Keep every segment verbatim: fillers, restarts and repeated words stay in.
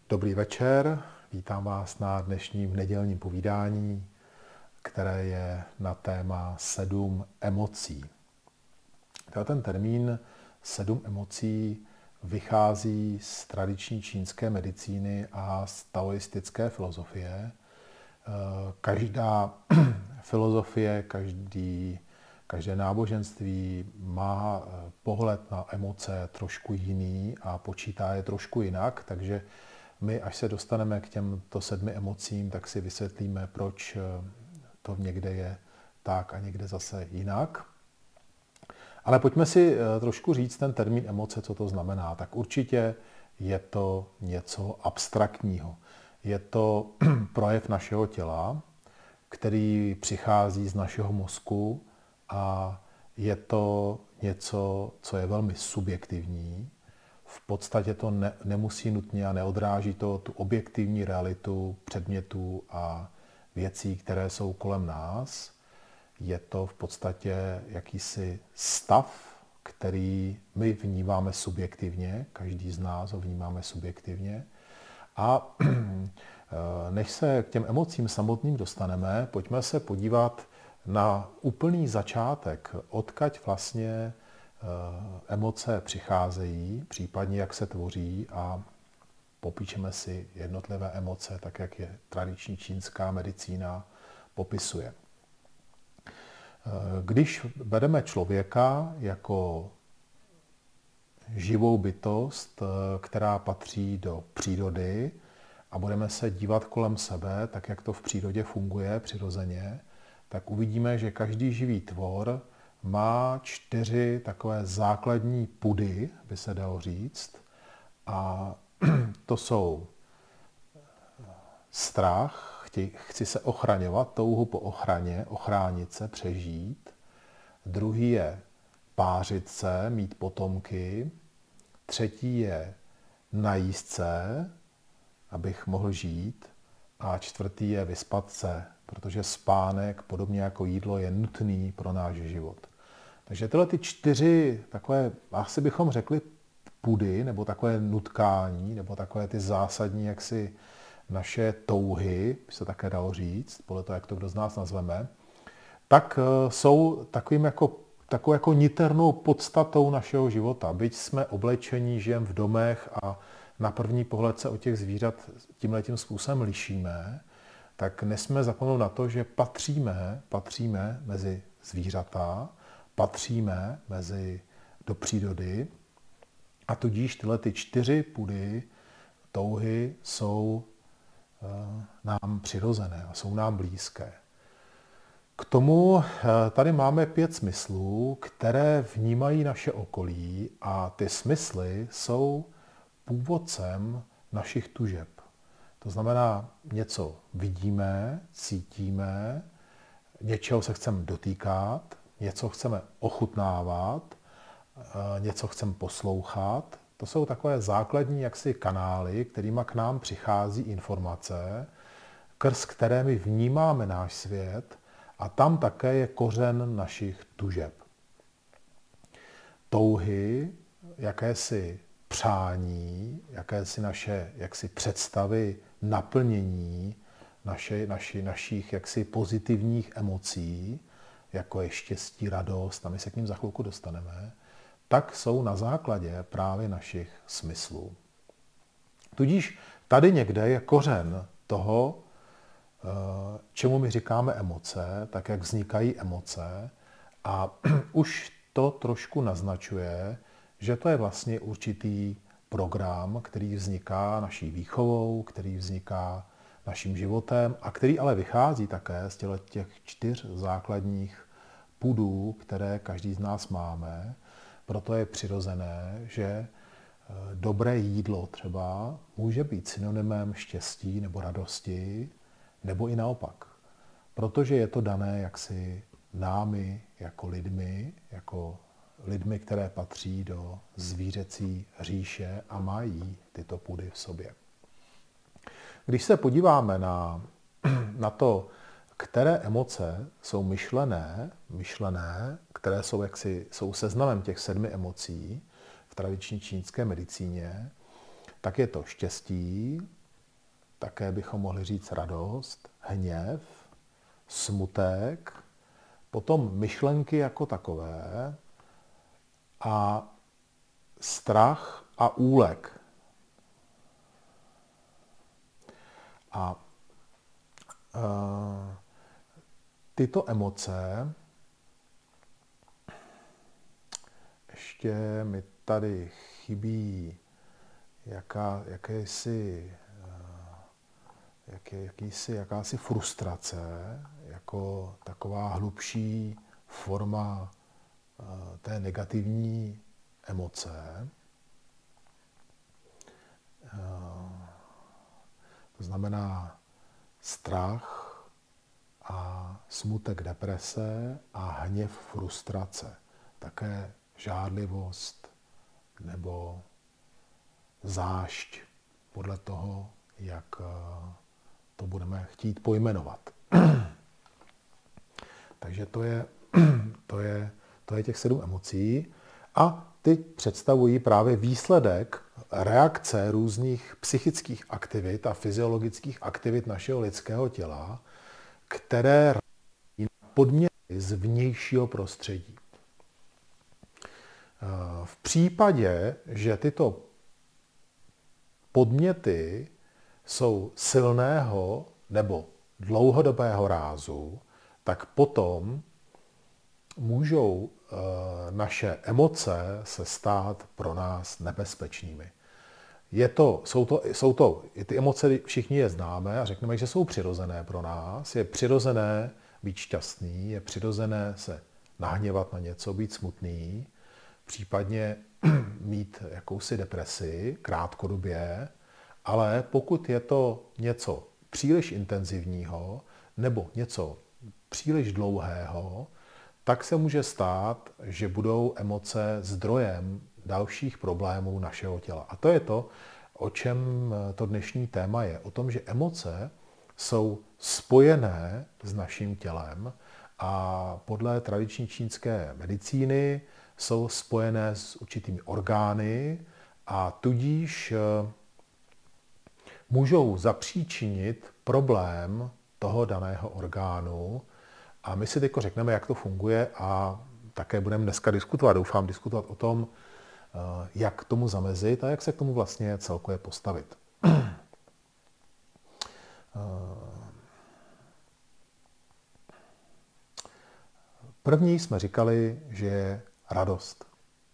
Dobrý večer, vítám vás na dnešním nedělním povídání, které je na téma sedm emocí. Ten termín sedm emocí vychází z tradiční čínské medicíny a z taoistické filozofie. Každá filozofie, každý, každé náboženství má pohled na emoce trošku jiný a počítá je trošku jinak, takže my, až se dostaneme k těmto sedmi emocím, tak si vysvětlíme, proč to někde je tak a někde zase jinak. Ale pojďme si trošku říct ten termín emoce, co to znamená. Tak určitě je to něco abstraktního. Je to projev našeho těla, který přichází z našeho mozku a je to něco, co je velmi subjektivní. V podstatě to ne, nemusí nutně a neodráží to tu objektivní realitu předmětů a věcí, které jsou kolem nás. Je to v podstatě jakýsi stav, který my vnímáme subjektivně, každý z nás ho vnímáme subjektivně. A než se k těm emocím samotným dostaneme, pojďme se podívat na úplný začátek, odkud vlastně emoce přicházejí, případně jak se tvoří, a popíšeme si jednotlivé emoce, tak jak je tradiční čínská medicína popisuje. Když bereme člověka jako živou bytost, která patří do přírody, a budeme se dívat kolem sebe, tak jak to v přírodě funguje přirozeně, tak uvidíme, že každý živý tvor má čtyři takové základní pudy, by se dalo říct. A to jsou strach, chci, chci se ochraňovat, touhu po ochraně, ochránit se, přežít. Druhý je pářit se, mít potomky. Třetí je najíst se, abych mohl žít. A čtvrtý je vyspat se, protože spánek, podobně jako jídlo, je nutný pro náš život. Takže tyhle ty čtyři takové, asi bychom řekli, pudy, nebo takové nutkání, nebo takové ty zásadní jaksi naše touhy, by se také dalo říct, podle toho, jak to kdo z nás nazveme, tak jsou takovým jako, takovou jako niternou podstatou našeho života. Byť jsme oblečení, žijeme v domech a na první pohled se od těch zvířat tímhletím způsobem lišíme, tak nesmíme zapomenout na to, že patříme, patříme mezi zvířata, patříme mezi do přírody, a tudíž tyhle ty čtyři pudy touhy jsou uh, nám přirozené a jsou nám blízké. K tomu tady máme pět smyslů, které vnímají naše okolí, a ty smysly jsou původcem našich tužeb. To znamená, něco vidíme, cítíme, něčeho se chceme dotýkat, něco chceme ochutnávat, něco chceme poslouchat. To jsou takové základní jaksi kanály, kterými k nám přichází informace, skrz které my vnímáme náš svět, a tam také je kořen našich tužeb. Touhy, jakési přání, jakési naše jaksi představy naplnění naše, naši, našich jaksi pozitivních emocí, jako je štěstí, radost, a my se k ním za chvilku dostaneme, tak jsou na základě právě našich smyslů. Tudíž tady někde je kořen toho, čemu my říkáme emoce, tak jak vznikají emoce, a už to trošku naznačuje, že to je vlastně určitý program, který vzniká naší výchovou, který vzniká naším životem a který ale vychází také z těch čtyř základních pudů, které každý z nás máme. Proto je přirozené, že dobré jídlo třeba může být synonymem štěstí nebo radosti, nebo i naopak. Protože je to dané jaksi námi jako lidmi, jako lidmi, které patří do zvířecí říše a mají tyto pudy v sobě. Když se podíváme na, na to, které emoce jsou myšlené, myšlené, které jsou, jaksi, jsou seznamem těch sedmi emocí v tradiční čínské medicíně, tak je to štěstí, také bychom mohli říct radost, hněv, smutek, potom myšlenky jako takové a strach a úlek. A uh, tyto emoce, ještě mi tady chybí jaká, jakési, jaké, jakýsi, jakási frustrace, jako taková hlubší forma té negativní emoce. To znamená strach a smutek deprese a hněv frustrace. Také žárlivost nebo zášť podle toho, jak to budeme chtít pojmenovat. Takže to je, to je, to je těch sedm emocí a ty představují právě výsledek reakce různých psychických aktivit a fyziologických aktivit našeho lidského těla, které reagují na podněty z vnějšího prostředí. V případě, že tyto podněty jsou silného nebo dlouhodobého rázu, tak potom můžou naše emoce se stát pro nás nebezpečnými. Je to, jsou, to, jsou to, ty emoce všichni je známe a řekneme, že jsou přirozené pro nás. Je přirozené být šťastný, je přirozené se nahněvat na něco, být smutný, případně mít jakousi depresi krátkodobě, ale pokud je to něco příliš intenzivního nebo něco příliš dlouhého, tak se může stát, že budou emoce zdrojem dalších problémů našeho těla. A to je to, o čem to dnešní téma je. O tom, že emoce jsou spojené s naším tělem a podle tradiční čínské medicíny jsou spojené s určitými orgány a tudíž můžou zapříčinit problém toho daného orgánu. A my si teď řekneme, jak to funguje a také budeme dneska diskutovat, doufám diskutovat o tom, jak tomu zamezit a jak se k tomu vlastně celkově postavit. První jsme říkali, že je radost.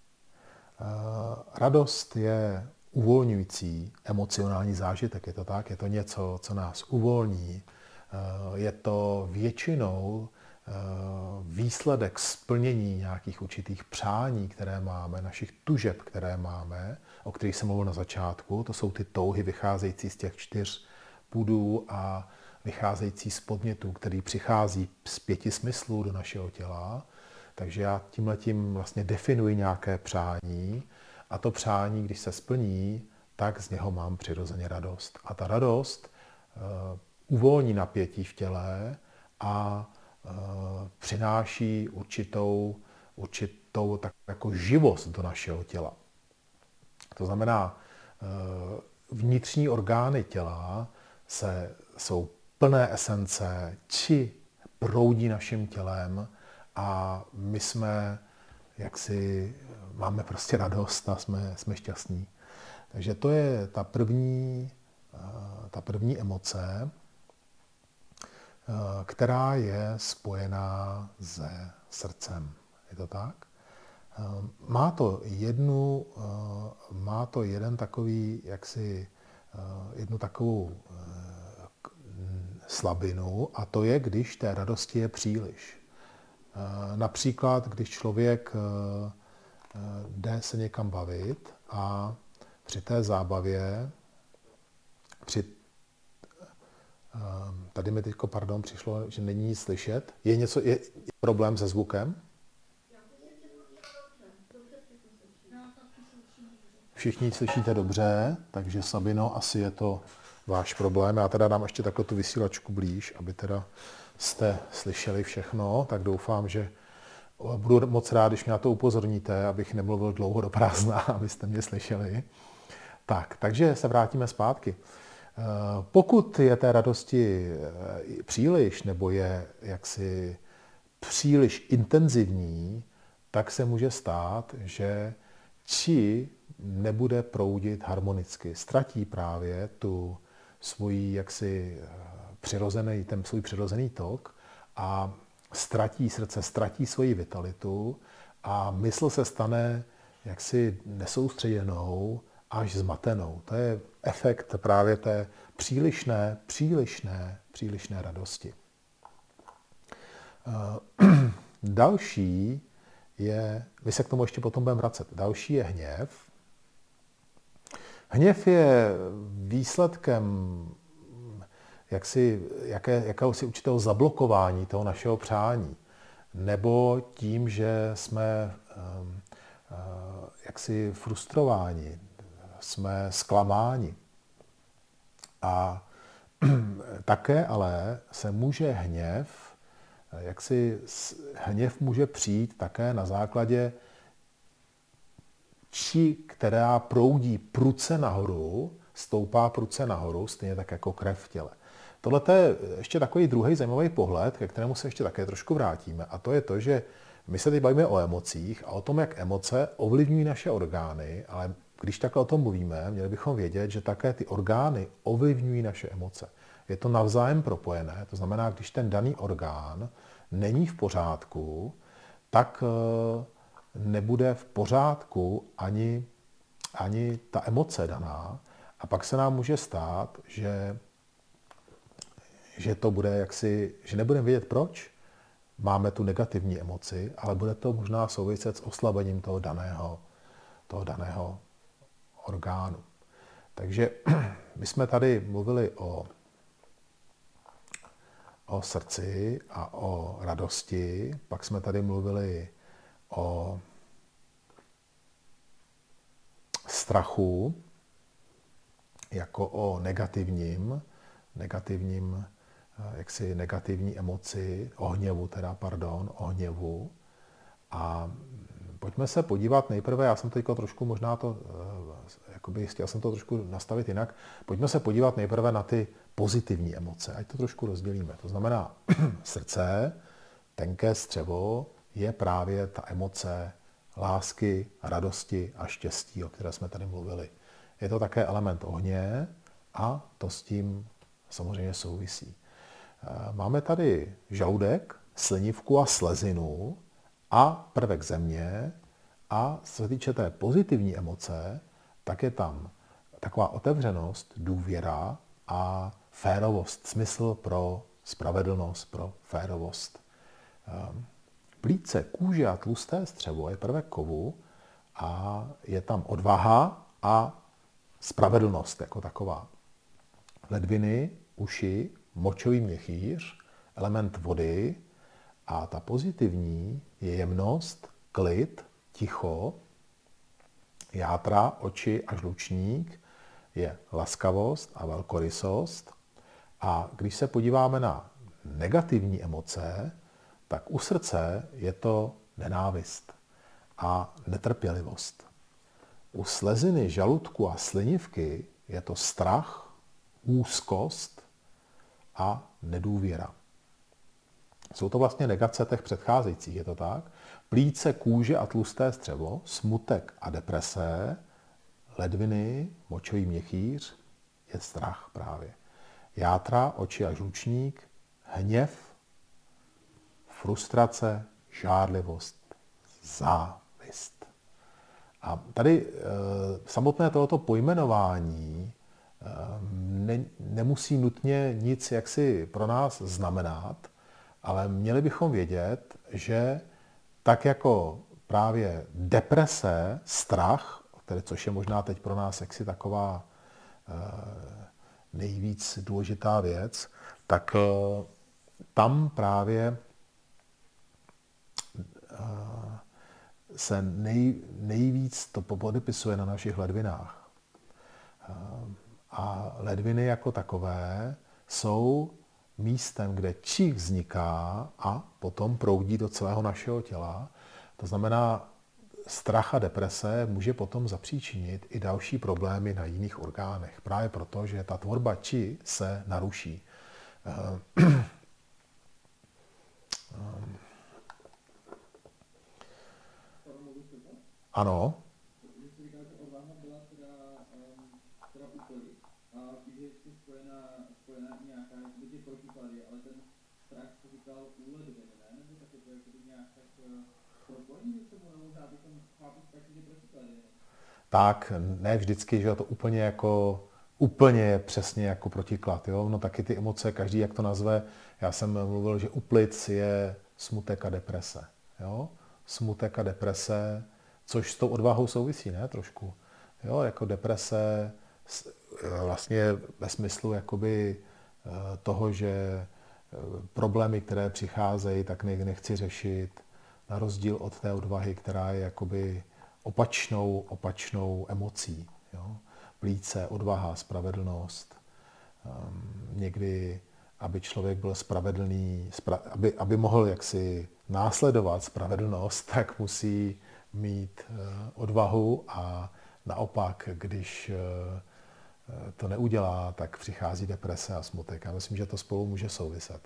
Radost je uvolňující emocionální zážitek, je to tak? Je to něco, co nás uvolní. Je to většinou výsledek splnění nějakých určitých přání, které máme, našich tužeb, které máme, o kterých jsem mluvil na začátku. To jsou ty touhy vycházející z těch čtyř pudů a vycházející z podnětů, který přichází z pěti smyslů do našeho těla. Takže já tímhletím vlastně definuji nějaké přání a to přání, když se splní, tak z něho mám přirozeně radost. A ta radost uh, uvolní napětí v těle a uh, přináší určitou, určitou tak jako živost do našeho těla. To znamená, uh, vnitřní orgány těla se, jsou plné esence, či proudí naším tělem a my jsme, jak si, máme prostě radost a jsme, jsme šťastní. Takže to je ta první, ta první emoce, která je spojená se srdcem. Je to tak? Má to jednu, má to jeden takový, jaksi, jednu takovou slabinu a to je, když té radosti je příliš. Například, když člověk jde se někam bavit a při té zábavě, při, tady mi teďko, pardon, přišlo, že není nic slyšet. Je něco, je, je problém se zvukem? Všichni slyšíte dobře, takže Sabino, asi je to váš problém. Já teda dám ještě takhle tu vysílačku blíž, aby teda jste slyšeli všechno, tak doufám, že budu moc rád, když mě na to upozorníte, abych nemluvil dlouho do prázdna, abyste mě slyšeli. Tak, takže se vrátíme zpátky. Pokud je té radosti příliš nebo je jaksi příliš intenzivní, tak se může stát, že či nebude proudit harmonicky. Ztratí právě tu svůj jaksi přirozený, ten svůj přirozený tok a ztratí srdce, ztratí svoji vitalitu a mysl se stane jaksi nesoustředěnou až zmatenou. To je efekt právě té přílišné, přílišné, přílišné radosti. Další je, my se k tomu ještě potom budeme vracet, další je hněv. Hněv je výsledkem jaksi, jaké, jakéhosi určitého zablokování toho našeho přání, nebo tím, že jsme um, uh, jaksi frustrováni, jsme zklamáni. A také ale se může hněv, jaksi hněv může přijít také na základě či, která proudí prudce nahoru, stoupá prudce nahoru, stejně tak jako krev v těle. Tohle je ještě takový druhý zajímavý pohled, ke kterému se ještě také trošku vrátíme. A to je to, že my se teď bavíme o emocích a o tom, jak emoce ovlivňují naše orgány, ale když takhle o tom mluvíme, měli bychom vědět, že také ty orgány ovlivňují naše emoce. Je to navzájem propojené, to znamená, když ten daný orgán není v pořádku, tak nebude v pořádku ani, ani ta emoce daná. A pak se nám může stát, že, že to bude jaksi, že nebudeme vědět proč máme tu negativní emoci, ale bude to možná souviset s oslabením toho daného, toho daného orgánu. Takže my jsme tady mluvili o, o srdci a o radosti, pak jsme tady mluvili o strachu jako o negativním, negativním, jaksi negativní emoci, o hněvu teda, pardon, o hněvu. A pojďme se podívat nejprve, já jsem teď trošku možná to, jakoby chtěl jsem to trošku nastavit jinak, pojďme se podívat nejprve na ty pozitivní emoce, ať to trošku rozdělíme. To znamená, srdce, tenké střevo, je právě ta emoce lásky, radosti a štěstí, o které jsme tady mluvili. Je to také element ohně a to s tím samozřejmě souvisí. Máme tady žaludek, slinivku a slezinu a prvek země a co se týče té pozitivní emoce, tak je tam taková otevřenost, důvěra a férovost, smysl pro spravedlnost, pro férovost. Plíce, kůže a tlusté střevo je prvek kovu a je tam odvaha a spravedlnost jako taková. Ledviny, uši, močový měchýř, element vody a ta pozitivní je jemnost, klid, ticho, játra, oči a žlučník je laskavost a velkorysost. A když se podíváme na negativní emoce, tak u srdce je to nenávist a netrpělivost. U sleziny, žaludku a slinivky je to strach, úzkost a nedůvěra. Jsou to vlastně negace těch předcházejících, je to tak? Plíce, kůže a tlusté střevo, smutek a deprese, ledviny, močový měchýř je strach právě. Játra, oči a žlučník, hněv, frustrace, žárlivost, závist. A tady e, samotné tohoto pojmenování e, ne, nemusí nutně nic jaksi pro nás znamenat, ale měli bychom vědět, že tak jako právě deprese, strach, který, což je možná teď pro nás jaksi taková e, nejvíc důležitá věc, tak e, tam právě se nej, nejvíc to podepisuje na našich ledvinách. A ledviny jako takové jsou místem, kde čich vzniká a potom proudí do celého našeho těla. To znamená, strach a deprese může potom zapříčinit i další problémy na jiných orgánech. Právě proto, že ta tvorba či se naruší. Ano. Tak, ne vždycky, že to úplně jako, úplně přesně jako protiklad, jo? No taky ty emoce, každý jak to nazve, já jsem mluvil, že u plic je smutek a deprese, jo? Smutek a deprese, což s tou odvahou souvisí, ne, trošku, jo, jako deprese vlastně ve smyslu jakoby toho, že problémy, které přicházejí, tak nechci řešit, na rozdíl od té odvahy, která je jakoby opačnou, opačnou emocí. Jo? Plíce, odvaha, spravedlnost. Um, někdy, aby člověk byl spravedlný, spra- aby, aby mohl jaksi následovat spravedlnost, tak musí mít uh, odvahu a naopak, když uh, to neudělá, tak přichází deprese a smutek. Já myslím, že to spolu může souviset.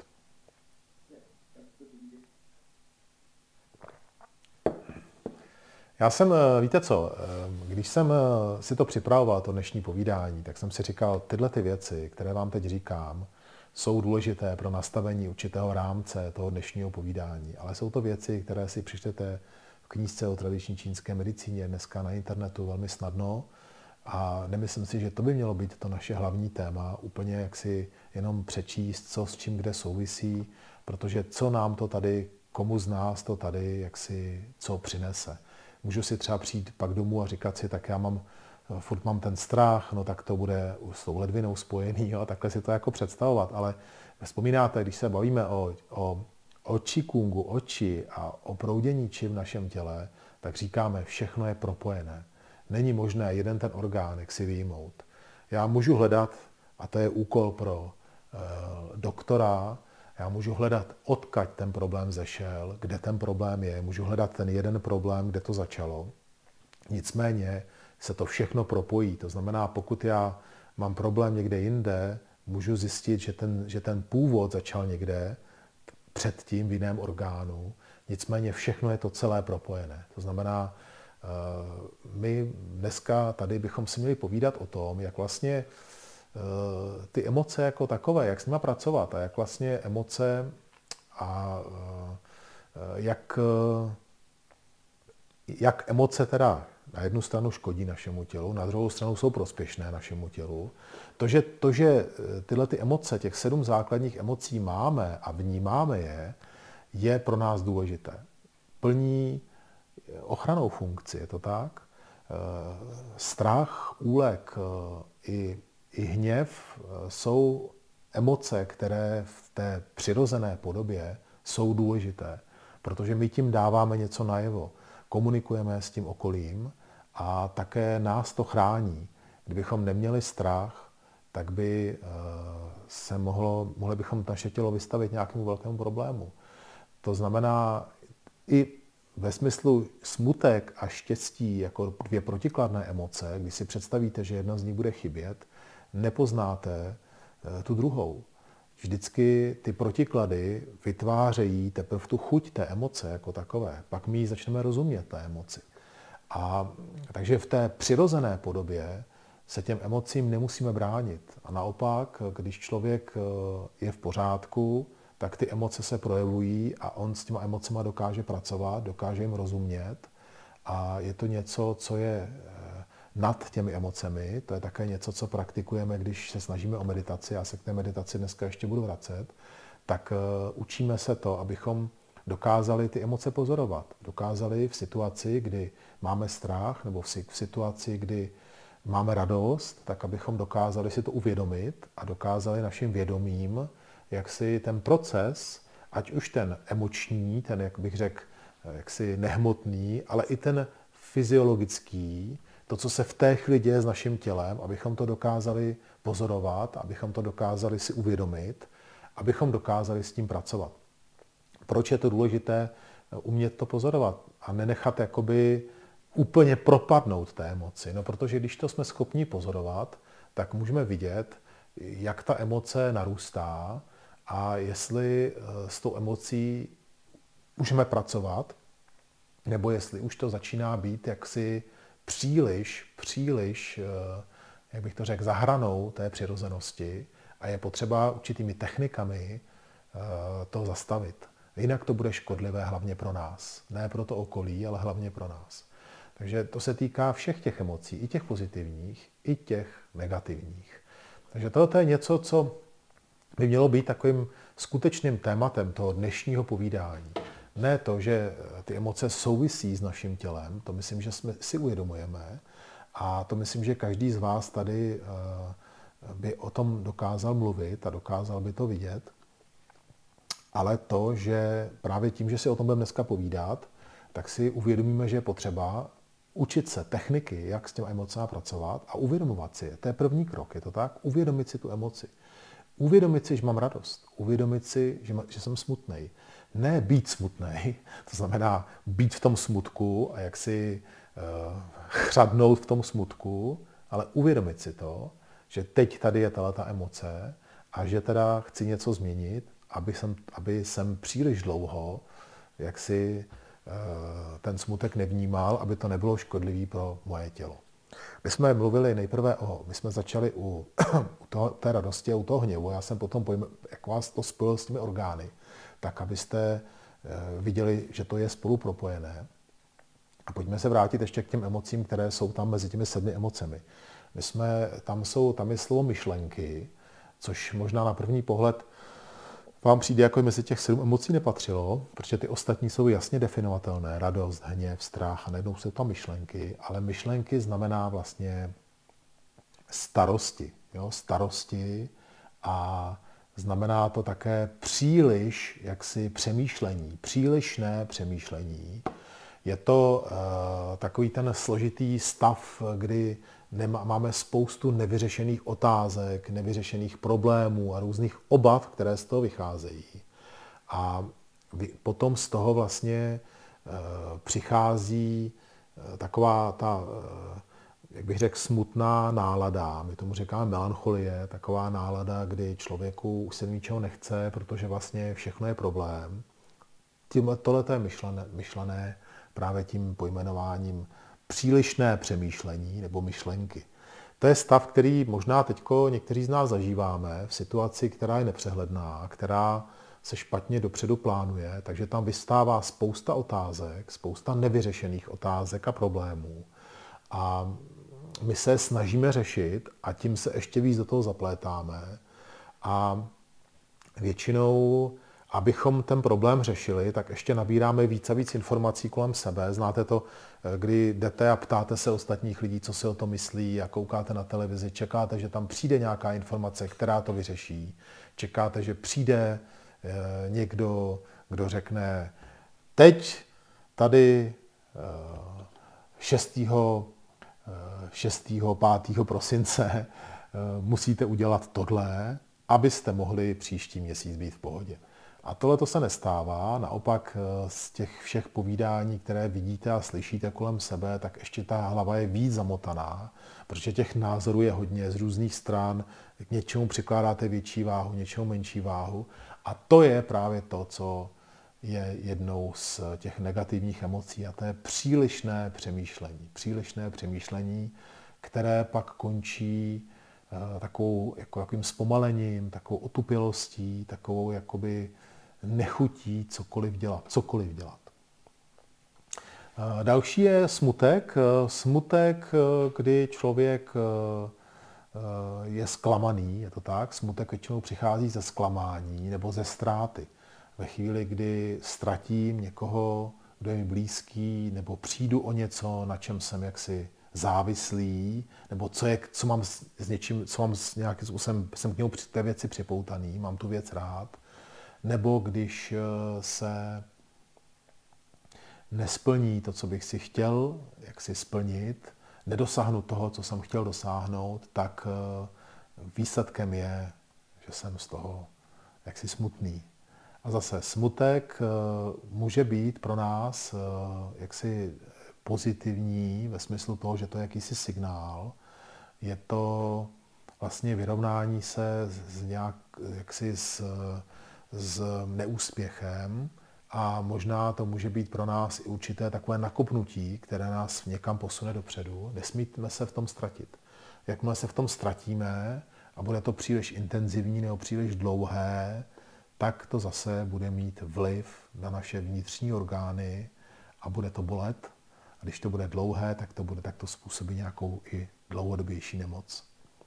Já jsem, víte co, když jsem si to připravoval, to dnešní povídání, tak jsem si říkal, tyhle ty věci, které vám teď říkám, jsou důležité pro nastavení určitého rámce toho dnešního povídání, ale jsou to věci, které si přečtete v knížce o tradiční čínské medicíně dneska na internetu velmi snadno a nemyslím si, že to by mělo být to naše hlavní téma, úplně jak si jenom přečíst, co s čím kde souvisí, protože co nám to tady, komu z nás to tady, jak si co přinese. Můžu si třeba přijít pak domů a říkat si, tak já mám, furt mám ten strach, no tak to bude s tou ledvinou spojený, jo, a takhle si to jako představovat. Ale vzpomínáte, když se bavíme o, o, o qigongu, o či a o proudění či v našem těle, tak říkáme, všechno je propojené. Není možné jeden ten orgán, jak si vyjmout. Já můžu hledat, a to je úkol pro e, doktora, já můžu hledat, odkud ten problém zešel, kde ten problém je, můžu hledat ten jeden problém, kde to začalo. Nicméně se to všechno propojí. To znamená, pokud já mám problém někde jinde, můžu zjistit, že ten, že ten původ začal někde předtím v jiném orgánu. Nicméně všechno je to celé propojené. To znamená, my dneska tady bychom si měli povídat o tom, jak vlastně ty emoce jako takové, jak s nimi pracovat a jak vlastně emoce a jak, jak emoce teda na jednu stranu škodí našemu tělu, na druhou stranu jsou prospěšné našemu tělu. To, že, to, že tyhle ty emoce, těch sedm základních emocí máme a vnímáme je, je pro nás důležité. Plní ochrannou funkci, je to tak? Strach, úlek i I hněv jsou emoce, které v té přirozené podobě jsou důležité, protože my tím dáváme něco najevo. Komunikujeme s tím okolím a také nás to chrání. Kdybychom neměli strach, tak by se mohlo, mohli bychom naše tělo vystavit nějakému velkému problému. To znamená i ve smyslu smutek a štěstí jako dvě protikladné emoce, když si představíte, že jedna z nich bude chybět, nepoznáte tu druhou. Vždycky ty protiklady vytvářejí teprve tu chuť té emoce jako takové. Pak my ji začneme rozumět, té emoci. A takže v té přirozené podobě se těm emocím nemusíme bránit. A naopak, když člověk je v pořádku, tak ty emoce se projevují a on s těma emocema dokáže pracovat, dokáže jim rozumět. A je to něco, co je nad těmi emocemi. To je také něco, co praktikujeme, když se snažíme o meditaci. Já se k té meditaci dneska ještě budu vracet. Tak uh, učíme se to, abychom dokázali ty emoce pozorovat. Dokázali v situaci, kdy máme strach, nebo v situaci, kdy máme radost, tak abychom dokázali si to uvědomit a dokázali naším vědomím, jak si ten proces, ať už ten emoční, ten, jak bych řekl, jaksi nehmotný, ale i ten fyziologický, to, co se v té chvíli děje s naším tělem, abychom to dokázali pozorovat, abychom to dokázali si uvědomit, abychom dokázali s tím pracovat. Proč je to důležité umět to pozorovat a nenechat jakoby úplně propadnout té emoci. No, protože když to jsme schopni pozorovat, tak můžeme vidět, jak ta emoce narůstá a jestli s tou emocí můžeme pracovat, nebo jestli už to začíná být jaksi příliš, příliš, jak bych to řekl, za hranou té přirozenosti a je potřeba určitými technikami to zastavit. Jinak to bude škodlivé hlavně pro nás. Ne pro to okolí, ale hlavně pro nás. Takže to se týká všech těch emocí, i těch pozitivních, i těch negativních. Takže tohle je něco, co by mělo být takovým skutečným tématem toho dnešního povídání. Ne to, že ty emoce souvisí s naším tělem, to myslím, že jsme si uvědomujeme a to myslím, že každý z vás tady by o tom dokázal mluvit a dokázal by to vidět, ale to, že právě tím, že si o tom budeme dneska povídat, tak si uvědomíme, že je potřeba učit se techniky, jak s těmi emocemi pracovat a uvědomovat si je. To je první krok, je to tak? Uvědomit si tu emoci. Uvědomit si, že mám radost. Uvědomit si, že, že jsem smutnej. Ne být smutnej, to znamená být v tom smutku a jak si uh, chřadnout v tom smutku, ale uvědomit si to, že teď tady je tato emoce a že teda chci něco změnit, aby jsem, aby jsem příliš dlouho jak si uh, ten smutek nevnímal, aby to nebylo škodlivý pro moje tělo. My jsme mluvili nejprve o, my jsme začali u, u toho, té radosti a u toho hněvu. Já jsem potom, pojme, jak vás to spojil s těmi orgány, tak abyste viděli, že to je spolu propojené. A pojďme se vrátit ještě k těm emocím, které jsou tam mezi těmi sedmi emocemi. My jsme, tam, jsou, tam je slovo myšlenky, což možná na první pohled vám přijde, jako mezi těch sedm emocí nepatřilo, protože ty ostatní jsou jasně definovatelné. Radost, hněv, strach a najednou jsou tam myšlenky, ale myšlenky znamená vlastně starosti. Jo? Starosti a znamená to také příliš jaksi přemýšlení, přílišné přemýšlení. Je to uh, takový ten složitý stav, kdy nemá, máme spoustu nevyřešených otázek, nevyřešených problémů a různých obav, které z toho vycházejí. A potom z toho vlastně uh, přichází uh, taková ta, uh, jak bych řekl, smutná nálada. My tomu říkáme melancholie, taková nálada, kdy člověku už se ničeho nechce, protože vlastně všechno je problém. Tohle je myšlené, myšlené právě tím pojmenováním přílišné přemýšlení nebo myšlenky. To je stav, který možná teďko někteří z nás zažíváme v situaci, která je nepřehledná, která se špatně dopředu plánuje, takže tam vystává spousta otázek, spousta nevyřešených otázek a problémů. A my se snažíme řešit a tím se ještě víc do toho zaplétáme. A většinou, abychom ten problém řešili, tak ještě nabíráme víc a víc informací kolem sebe. Znáte to, kdy jdete a ptáte se ostatních lidí, co si o to myslí a koukáte na televizi, čekáte, že tam přijde nějaká informace, která to vyřeší. Čekáte, že přijde někdo, kdo řekne, teď tady šestého šestého pátého prosince musíte udělat tohle, abyste mohli příští měsíc být v pohodě. A tohle to se nestává, naopak z těch všech povídání, které vidíte a slyšíte kolem sebe, tak ještě ta hlava je víc zamotaná, protože těch názorů je hodně z různých stran, k něčemu přikládáte větší váhu, něčemu menší váhu a to je právě to, co je jednou z těch negativních emocí a to je přílišné přemýšlení. Přílišné přemýšlení, které pak končí takovou jako, jakým zpomalením, takovou otupělostí, takovou jakoby nechutí cokoliv dělat. Cokoliv dělat. Další je smutek. Smutek, kdy člověk je zklamaný, je to tak. Smutek většinou přichází ze zklamání nebo ze ztráty. Ve chvíli, kdy ztratím někoho, kdo je mi blízký, nebo přijdu o něco, na čem jsem jaksi závislý, nebo co, je, co mám s něčím, co mám s nějakým způsobem, jsem k němu při té věci připoutaný, mám tu věc rád, nebo když se nesplní to, co bych si chtěl, jak si splnit, nedosáhnu toho, co jsem chtěl dosáhnout, tak výsledkem je, že jsem z toho jaksi smutný. A zase smutek může být pro nás jaksi pozitivní ve smyslu toho, že to je jakýsi signál. Je to vlastně vyrovnání se s nějak, jaksi s, s neúspěchem a možná to může být pro nás i určité takové nakopnutí, které nás někam posune dopředu. Nesmíme se v tom ztratit. Jakmile se v tom ztratíme a bude to příliš intenzivní nebo příliš dlouhé, tak to zase bude mít vliv na naše vnitřní orgány a bude to bolet. A když to bude dlouhé, tak to bude takto způsobit nějakou i dlouhodobější nemoc.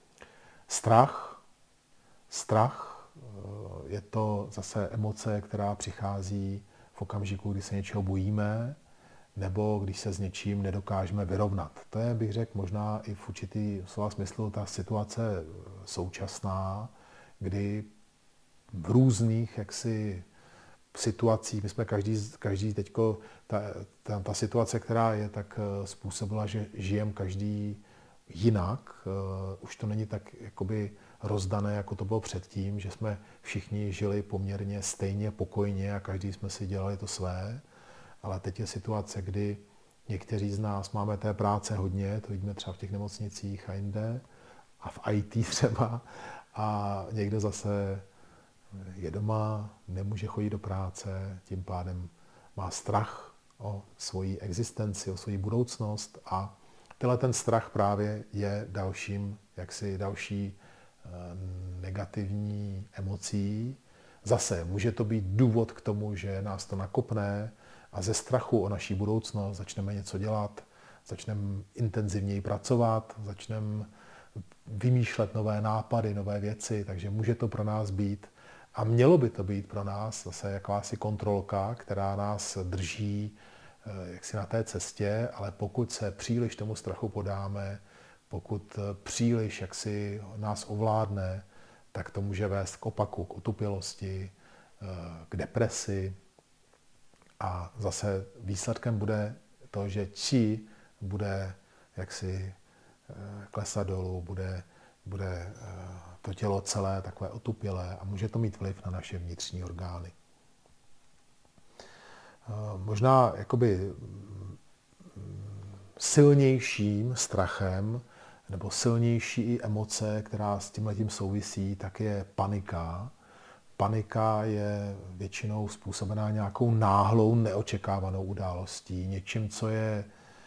Strach. Strach je to zase emoce, která přichází v okamžiku, kdy se něčeho bojíme, nebo když se s něčím nedokážeme vyrovnat. To je, bych řekl, možná i v určitý slova smyslu ta situace současná, kdy v různých jaksi situacích, my jsme každý, každý teďko, ta, ta, ta situace, která je, tak způsobila, že žijeme každý jinak. Uh, už to není tak jakoby rozdané, jako to bylo předtím, že jsme všichni žili poměrně stejně, pokojně a každý jsme si dělali to své. Ale teď je situace, kdy někteří z nás máme té práce hodně, to vidíme třeba v těch nemocnicích a jinde, a v í té třeba, a někdo zase je doma, nemůže chodit do práce, tím pádem má strach o svoji existenci, o svoji budoucnost a tenhle ten strach právě je dalším, jaksi další negativní emocí. Zase může to být důvod k tomu, že nás to nakopne a ze strachu o naší budoucnost začneme něco dělat, začneme intenzivněji pracovat, začneme vymýšlet nové nápady, nové věci, takže může to pro nás být a mělo by to být pro nás zase jakási kontrolka, která nás drží jaksi na té cestě, ale pokud se příliš tomu strachu podáme, pokud příliš jaksi nás ovládne, tak to může vést k opaku, k otupělosti, k depresi a zase výsledkem bude to, že či bude jaksi klesat dolů, bude, bude to tělo celé takové otupělé a může to mít vliv na naše vnitřní orgány. Možná jakoby silnějším strachem nebo silnější emoce, která s tímhletím souvisí, tak je panika. Panika je většinou způsobená nějakou náhlou, neočekávanou událostí, něčím, co je,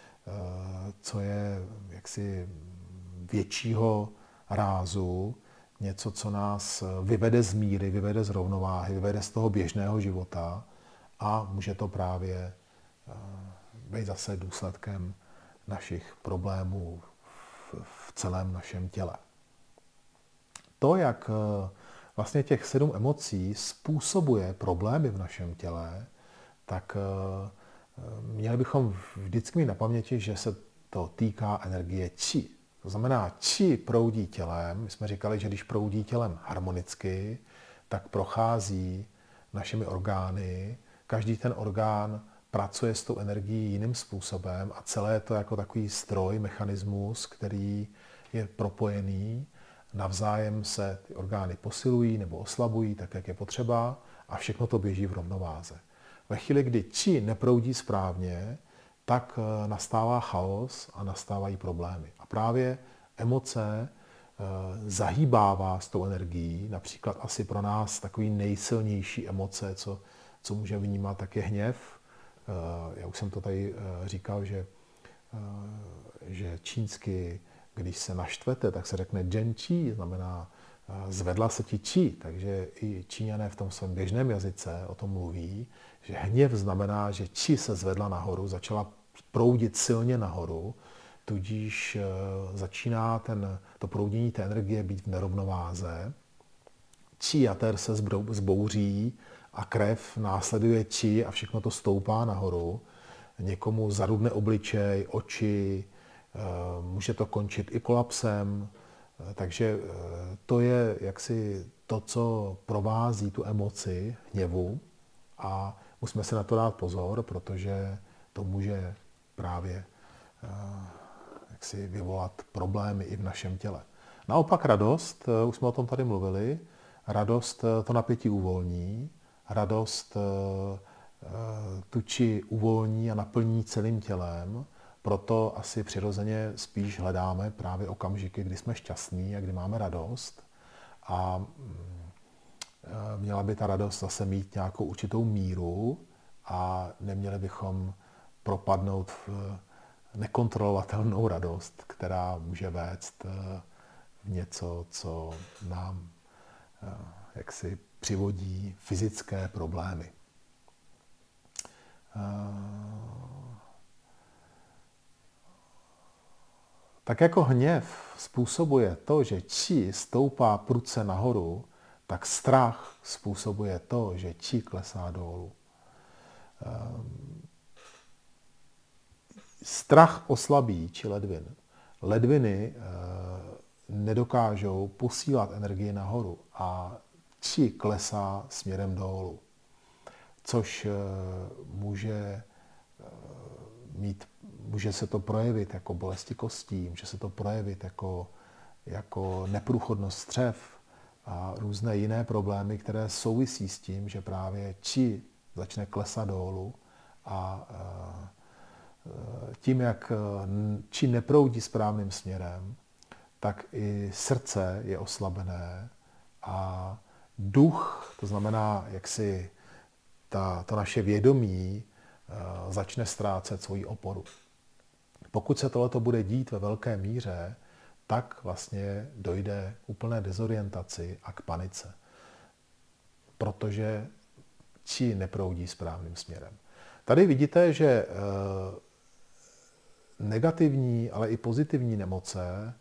co je jaksi většího rázu, něco, co nás vyvede z míry, vyvede z rovnováhy, vyvede z toho běžného života a může to právě být zase důsledkem našich problémů v celém našem těle. To, jak vlastně těch sedm emocí způsobuje problémy v našem těle, tak měli bychom vždycky mít na paměti, že se to týká energie či. To znamená, či proudí tělem. My jsme říkali, že když proudí tělem harmonicky, tak prochází našimi orgány. Každý ten orgán pracuje s tou energií jiným způsobem a celé je to jako takový stroj, mechanismus, který je propojený. Navzájem se ty orgány posilují nebo oslabují, tak jak je potřeba a všechno to běží v rovnováze. Ve chvíli, kdy či neproudí správně, tak nastává chaos a nastávají problémy. A právě emoce zahýbává s tou energií, například asi pro nás takový nejsilnější emoce, co, co může vnímat, tak je hněv. Já už jsem to tady říkal, že, že čínsky, když se naštvete, tak se řekne zhenqi, znamená zvedla se ti čí, takže i Číňané v tom svém běžném jazyce o tom mluví, že hněv znamená, že čí se zvedla nahoru, začala proudit silně nahoru, tudíž začíná ten, to proudění té energie být v nerovnováze. Čí jater se zbouří a krev následuje čí a všechno to stoupá nahoru. Někomu zarudne obličej, oči, může to končit i kolapsem. Takže to je jaksi to, co provází tu emoci hněvu a musíme si na to dát pozor, protože to může právě jaksi vyvolat problémy i v našem těle. Naopak radost, už jsme o tom tady mluvili, radost to napětí uvolní, radost tu či uvolní a naplní celým tělem Proto asi přirozeně spíš hledáme právě okamžiky, kdy jsme šťastní a kdy máme radost. A měla by ta radost zase mít nějakou určitou míru a neměli bychom propadnout v nekontrolovatelnou radost, která může vést v něco, co nám jaksi přivodí fyzické problémy. Tak jako hněv způsobuje to, že čí stoupá prudce nahoru, tak strach způsobuje to, že čí klesá dolů. Strach oslabí či ledvin. Ledviny nedokážou posílat energii nahoru a či klesá směrem dolů, což může mít, může se to projevit jako bolesti kostí, může se to projevit jako, jako neprůchodnost střev a různé jiné problémy, které souvisí s tím, že právě či začne klesat dolů a tím, jak či neproudí správným směrem, tak i srdce je oslabené a duch, to znamená, jak si ta, to naše vědomí začne ztrácet svoji oporu. Pokud se tohleto bude dít ve velké míře, tak vlastně dojde k úplné dezorientaci a k panice, protože či neproudí správným směrem. Tady vidíte, že negativní, ale i pozitivní nemoce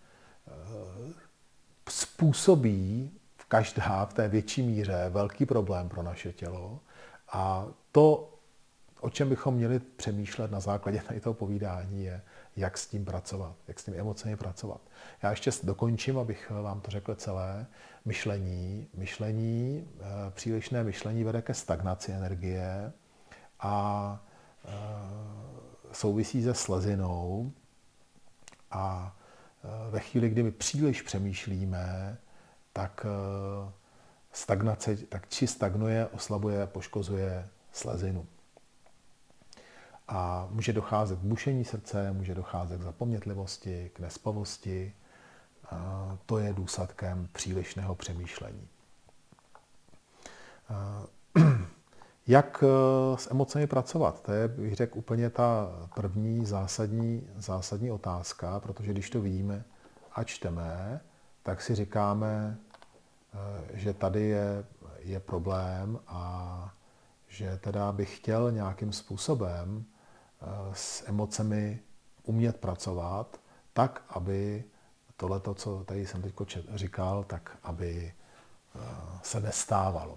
způsobí v každá v té větší míře velký problém pro naše tělo a to, o čem bychom měli přemýšlet na základě tady toho povídání, je, jak s tím pracovat, jak s tím emocemi pracovat. Já ještě dokončím, abych vám to řekl celé. Myšlení, myšlení, přílišné myšlení vede ke stagnaci energie a souvisí se slezinou a ve chvíli, kdy my příliš přemýšlíme, tak stagnace, tak či stagnuje, oslabuje, poškozuje slezinu. A může docházet k bušení srdce, může docházet k zapomnětlivosti, k nespavosti. A to je důsledkem přílišného přemýšlení. Jak s emocemi pracovat? To je, bych řekl, úplně ta první zásadní, zásadní otázka, protože když to víme a čteme, tak si říkáme, že tady je, je problém a že teda bych chtěl nějakým způsobem s emocemi umět pracovat tak, aby tohleto, co tady jsem teď říkal, tak aby se nestávalo.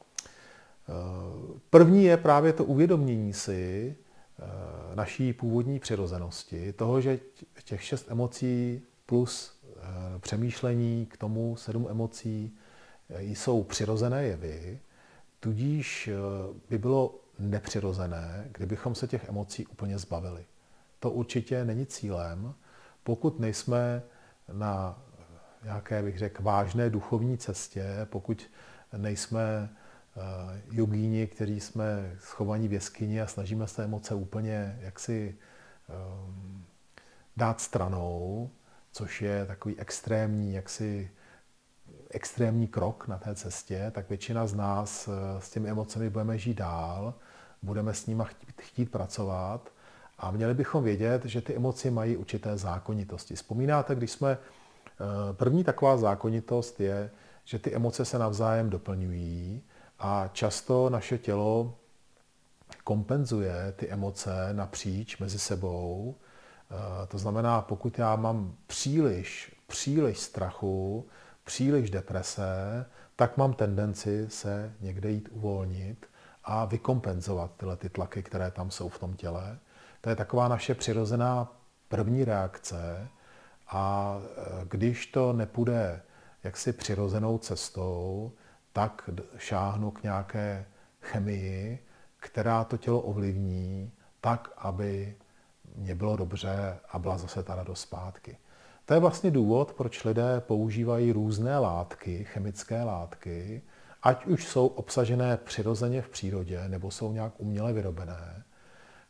První je právě to uvědomění si naší původní přirozenosti, toho, že těch šest emocí plus přemýšlení k tomu sedm emocí jsou přirozené jevy, tudíž by bylo nepřirozené, kdybychom se těch emocí úplně zbavili. To určitě není cílem, pokud nejsme na nějaké, bych řekl, vážné duchovní cestě, pokud nejsme jogíni, kteří jsme schovaní v jeskyni a snažíme se emoce úplně jaksi um, dát stranou, což je takový extrémní, jaksi extrémní krok na té cestě, tak většina z nás s těmi emocemi budeme žít dál, budeme s nimi chtít, chtít pracovat a měli bychom vědět, že ty emoce mají určité zákonitosti. Vzpomínáte, když jsme, první taková zákonitost je, že ty emoce se navzájem doplňují a často naše tělo kompenzuje ty emoce napříč mezi sebou. To znamená, pokud já mám příliš, příliš strachu, příliš deprese, tak mám tendenci se někde jít uvolnit a vykompenzovat tyhle ty tlaky, které tam jsou v tom těle. To je taková naše přirozená první reakce a když to nepůjde jaksi přirozenou cestou, tak šáhnu k nějaké chemii, která to tělo ovlivní tak, aby mě bylo dobře a byla zase ta radost zpátky. To je vlastně důvod, proč lidé používají různé látky, chemické látky, ať už jsou obsažené přirozeně v přírodě, nebo jsou nějak uměle vyrobené,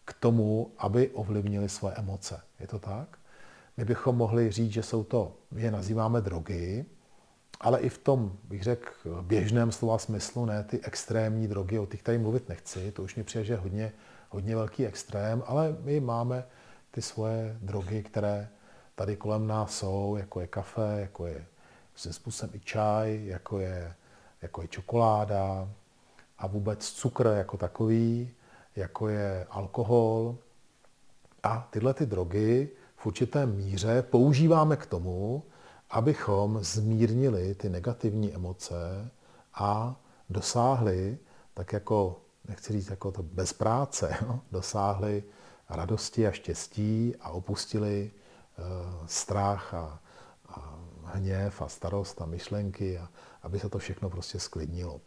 k tomu, aby ovlivnili své emoce. Je to tak? My bychom mohli říct, že jsou to, my je nazýváme drogy, ale i v tom, bych řekl, běžném slova smyslu, ne ty extrémní drogy, o těch tady mluvit nechci, to už mi přijde, že hodně, hodně velký extrém, ale my máme ty svoje drogy, které tady kolem nás jsou, jako je kafe, jako je svým způsobem i čaj, jako je, jako je čokoláda a vůbec cukr jako takový, jako je alkohol. A tyhle ty drogy v určité míře používáme k tomu, abychom zmírnili ty negativní emoce a dosáhli, tak jako, nechci říct jako to bez práce, no, dosáhli radosti a štěstí a opustili uh, strach a, a hněv a starost a myšlenky, a aby se to všechno prostě sklidnilo.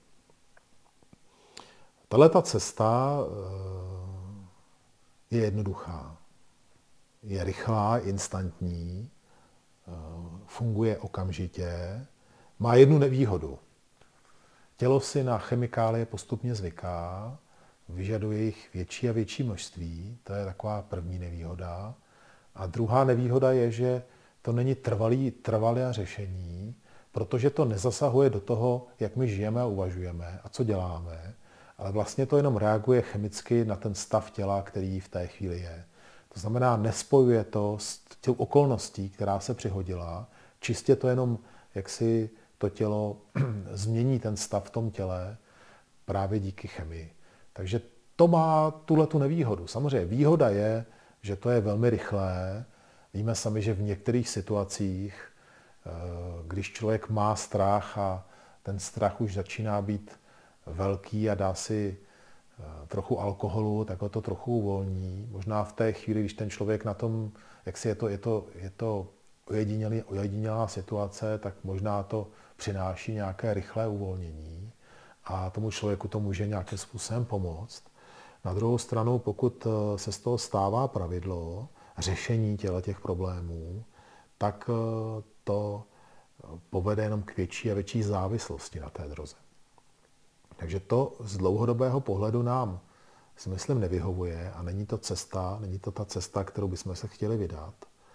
Tahle ta cesta uh, je jednoduchá. Je rychlá, instantní, funguje okamžitě, má jednu nevýhodu. Tělo si na chemikálie postupně zvyká, vyžaduje jich větší a větší množství, to je taková první nevýhoda. A druhá nevýhoda je, že to není trvalý, trvalé řešení, protože to nezasahuje do toho, jak my žijeme a uvažujeme a co děláme, ale vlastně to jenom reaguje chemicky na ten stav těla, který v té chvíli je. To znamená, nespojuje to s tou okolností, která se přihodila, čistě to jenom, jak si to tělo změní ten stav v tom těle právě díky chemii. Takže to má tuhletu nevýhodu. Samozřejmě výhoda je, že to je velmi rychlé. Víme sami, že v některých situacích, když člověk má strach a ten strach už začíná být velký a dá si trochu alkoholu, tak ho to trochu uvolní. Možná v té chvíli, když ten člověk na tom, jak si je to, je to, je to ojedinělá situace, tak možná to přináší nějaké rychlé uvolnění a tomu člověku to může nějakým způsobem pomoct. Na druhou stranu, pokud se z toho stává pravidlo řešení těchto těch problémů, tak to povede jenom k větší a větší závislosti na té droze. Takže to z dlouhodobého pohledu nám, si myslím, nevyhovuje a není to cesta, není to ta cesta, kterou bychom se chtěli vydat.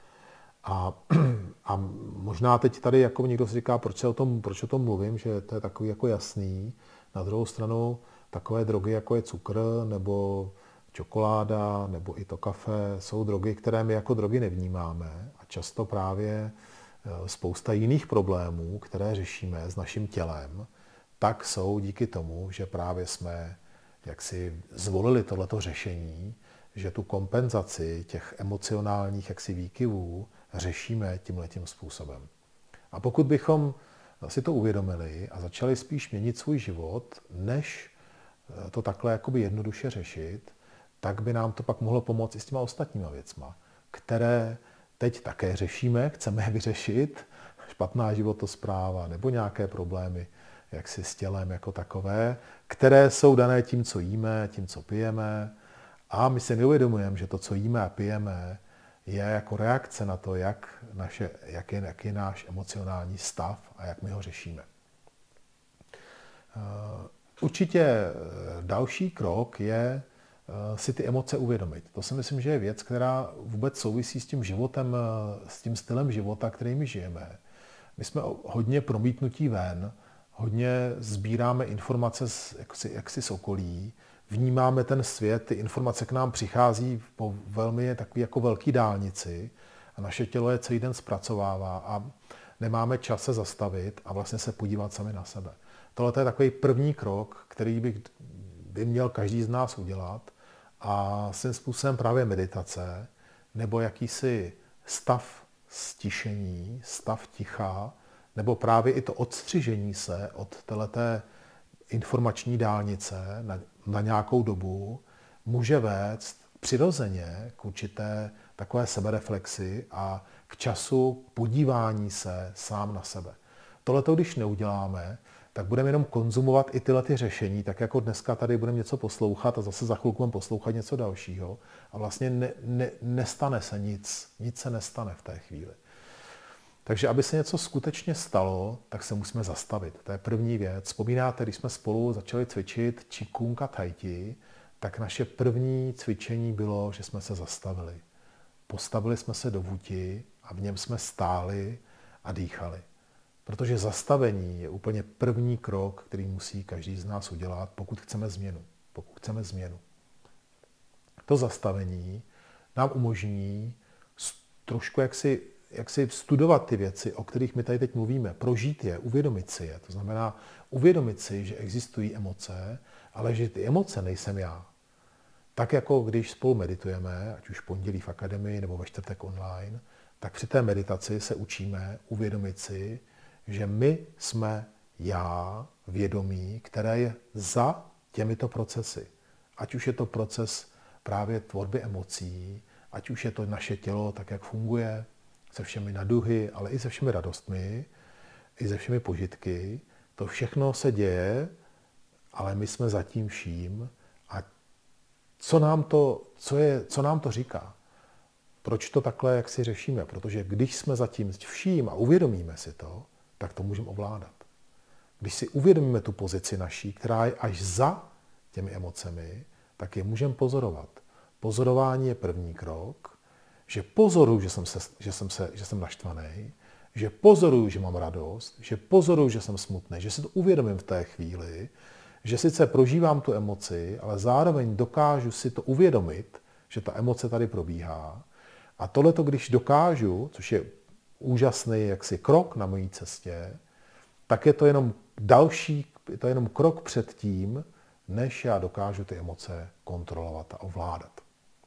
A, a možná teď tady jako někdo si říká, proč, o tom, proč o tom mluvím, že to je takový jako jasný. Na druhou stranu takové drogy, jako je cukr nebo čokoláda nebo i to kafe, jsou drogy, které my jako drogy nevnímáme a často právě spousta jiných problémů, které řešíme s naším tělem, tak jsou díky tomu, že právě jsme jaksi zvolili tohleto řešení, že tu kompenzaci těch emocionálních jaksi výkyvů řešíme tímhletím způsobem. A pokud bychom si to uvědomili a začali spíš měnit svůj život, než to takhle jakoby jednoduše řešit, tak by nám to pak mohlo pomoct i s těma ostatníma věcma, které teď také řešíme, chceme je vyřešit, špatná životospráva nebo nějaké problémy jaksi s tělem jako takové, které jsou dané tím, co jíme, tím, co pijeme. A my si neuvědomujeme, že to, co jíme a pijeme, je jako reakce na to, jak, naše, jak, je, jak je náš emocionální stav a jak my ho řešíme. Určitě další krok je si ty emoce uvědomit. To si myslím, že je věc, která vůbec souvisí s tím životem, s tím stylem života, který my žijeme. My jsme hodně promítnutí ven, hodně sbíráme informace z, jaksi, jaksi z okolí, vnímáme ten svět, ty informace k nám přichází po velmi takový jako velký dálnici a naše tělo je celý den zpracovává a nemáme čas se zastavit a vlastně se podívat sami na sebe. Tohle je takový první krok, který by, by měl každý z nás udělat a svým způsobem právě meditace nebo jakýsi stav stišení, stav ticha, nebo právě i to odstřižení se od téhleté informační dálnice na, na nějakou dobu může vést přirozeně k určité takové sebereflexi a k času podívání se sám na sebe. Tohleto, když neuděláme, tak budeme jenom konzumovat i tyhle ty řešení, tak jako dneska tady budeme něco poslouchat a zase za chvilku budeme poslouchat něco dalšího a vlastně ne, ne, nestane se nic, nic se nestane v té chvíli. Takže aby se něco skutečně stalo, tak se musíme zastavit. To je první věc. Vzpomínáte, když jsme spolu začali cvičit Qigong a Tai Chi, tak naše první cvičení bylo, že jsme se zastavili. Postavili jsme se do vuti a v něm jsme stáli a dýchali. Protože zastavení je úplně první krok, který musí každý z nás udělat, pokud chceme změnu. Pokud chceme změnu. To zastavení nám umožní trošku jaksi, jaksi studovat ty věci, o kterých my tady teď mluvíme, prožít je, uvědomit si je. To znamená uvědomit si, že existují emoce, ale že ty emoce nejsem já. Tak jako když spolu meditujeme, ať už v pondělí v akademii nebo ve čtvrtek online, tak při té meditaci se učíme uvědomit si, že my jsme já, vědomí, které je za těmito procesy. Ať už je to proces právě tvorby emocí, ať už je to naše tělo, tak jak funguje, se všemi naduhy, ale i se všemi radostmi, i se všemi požitky. To všechno se děje, ale my jsme za tím vším. A co nám to, co je, co nám to říká? Proč to takhle, jak si řešíme? Protože když jsme za tím vším a uvědomíme si to, tak to můžeme ovládat. Když si uvědomíme tu pozici naší, která je až za těmi emocemi, tak je můžeme pozorovat. Pozorování je první krok, že pozoruju, že jsem, se, že jsem, se, že jsem naštvaný, že pozoruju, že mám radost, že pozoruju, že jsem smutný, že si to uvědomím v té chvíli, že sice prožívám tu emoci, ale zároveň dokážu si to uvědomit, že ta emoce tady probíhá. A tohleto, když dokážu, což je úžasný jaksi krok na mojí cestě, tak je to jenom další, je to jenom krok před tím, než já dokážu ty emoce kontrolovat a ovládat.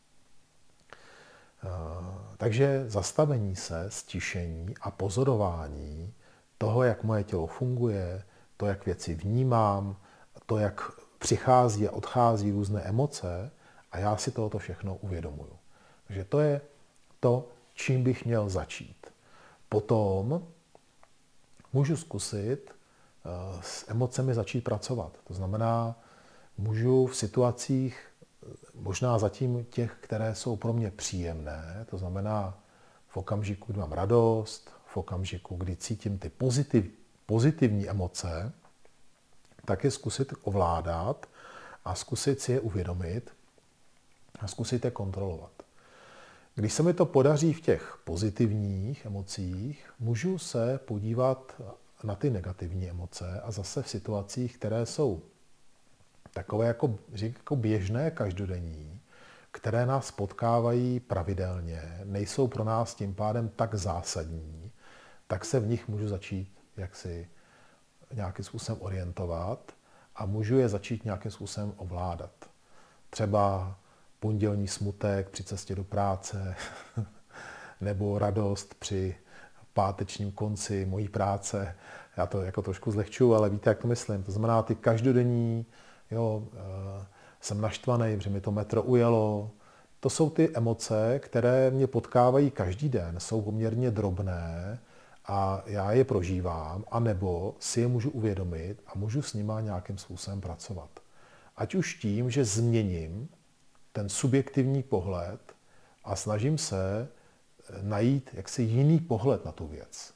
Takže zastavení se, stišení a pozorování toho, jak moje tělo funguje, to, jak věci vnímám, to, jak přichází a odchází různé emoce a já si tohoto všechno uvědomuju. Takže to je to, čím bych měl začít. Potom můžu zkusit s emocemi začít pracovat. To znamená, můžu v situacích, možná zatím těch, které jsou pro mě příjemné, to znamená v okamžiku, kdy mám radost, v okamžiku, kdy cítím ty pozitiv, pozitivní emoce, tak je zkusit ovládat a zkusit si je uvědomit a zkusit je kontrolovat. Když se mi to podaří v těch pozitivních emocích, můžu se podívat na ty negativní emoce a zase v situacích, které jsou takové jako, jako běžné, každodenní, které nás potkávají pravidelně, nejsou pro nás tím pádem tak zásadní, tak se v nich můžu začít jaksi nějakým způsobem orientovat a můžu je začít nějakým způsobem ovládat. Třeba pondělní smutek při cestě do práce, nebo radost při pátečním konci mojí práce. Já to jako trošku zlehčuju, ale víte, jak to myslím. To znamená ty každodenní, jo, jsem naštvaný, že mi to metro ujelo. To jsou ty emoce, které mě potkávají každý den, jsou poměrně drobné a já je prožívám, anebo si je můžu uvědomit a můžu s nima nějakým způsobem pracovat. Ať už tím, že změním ten subjektivní pohled a snažím se najít jaksi jiný pohled na tu věc.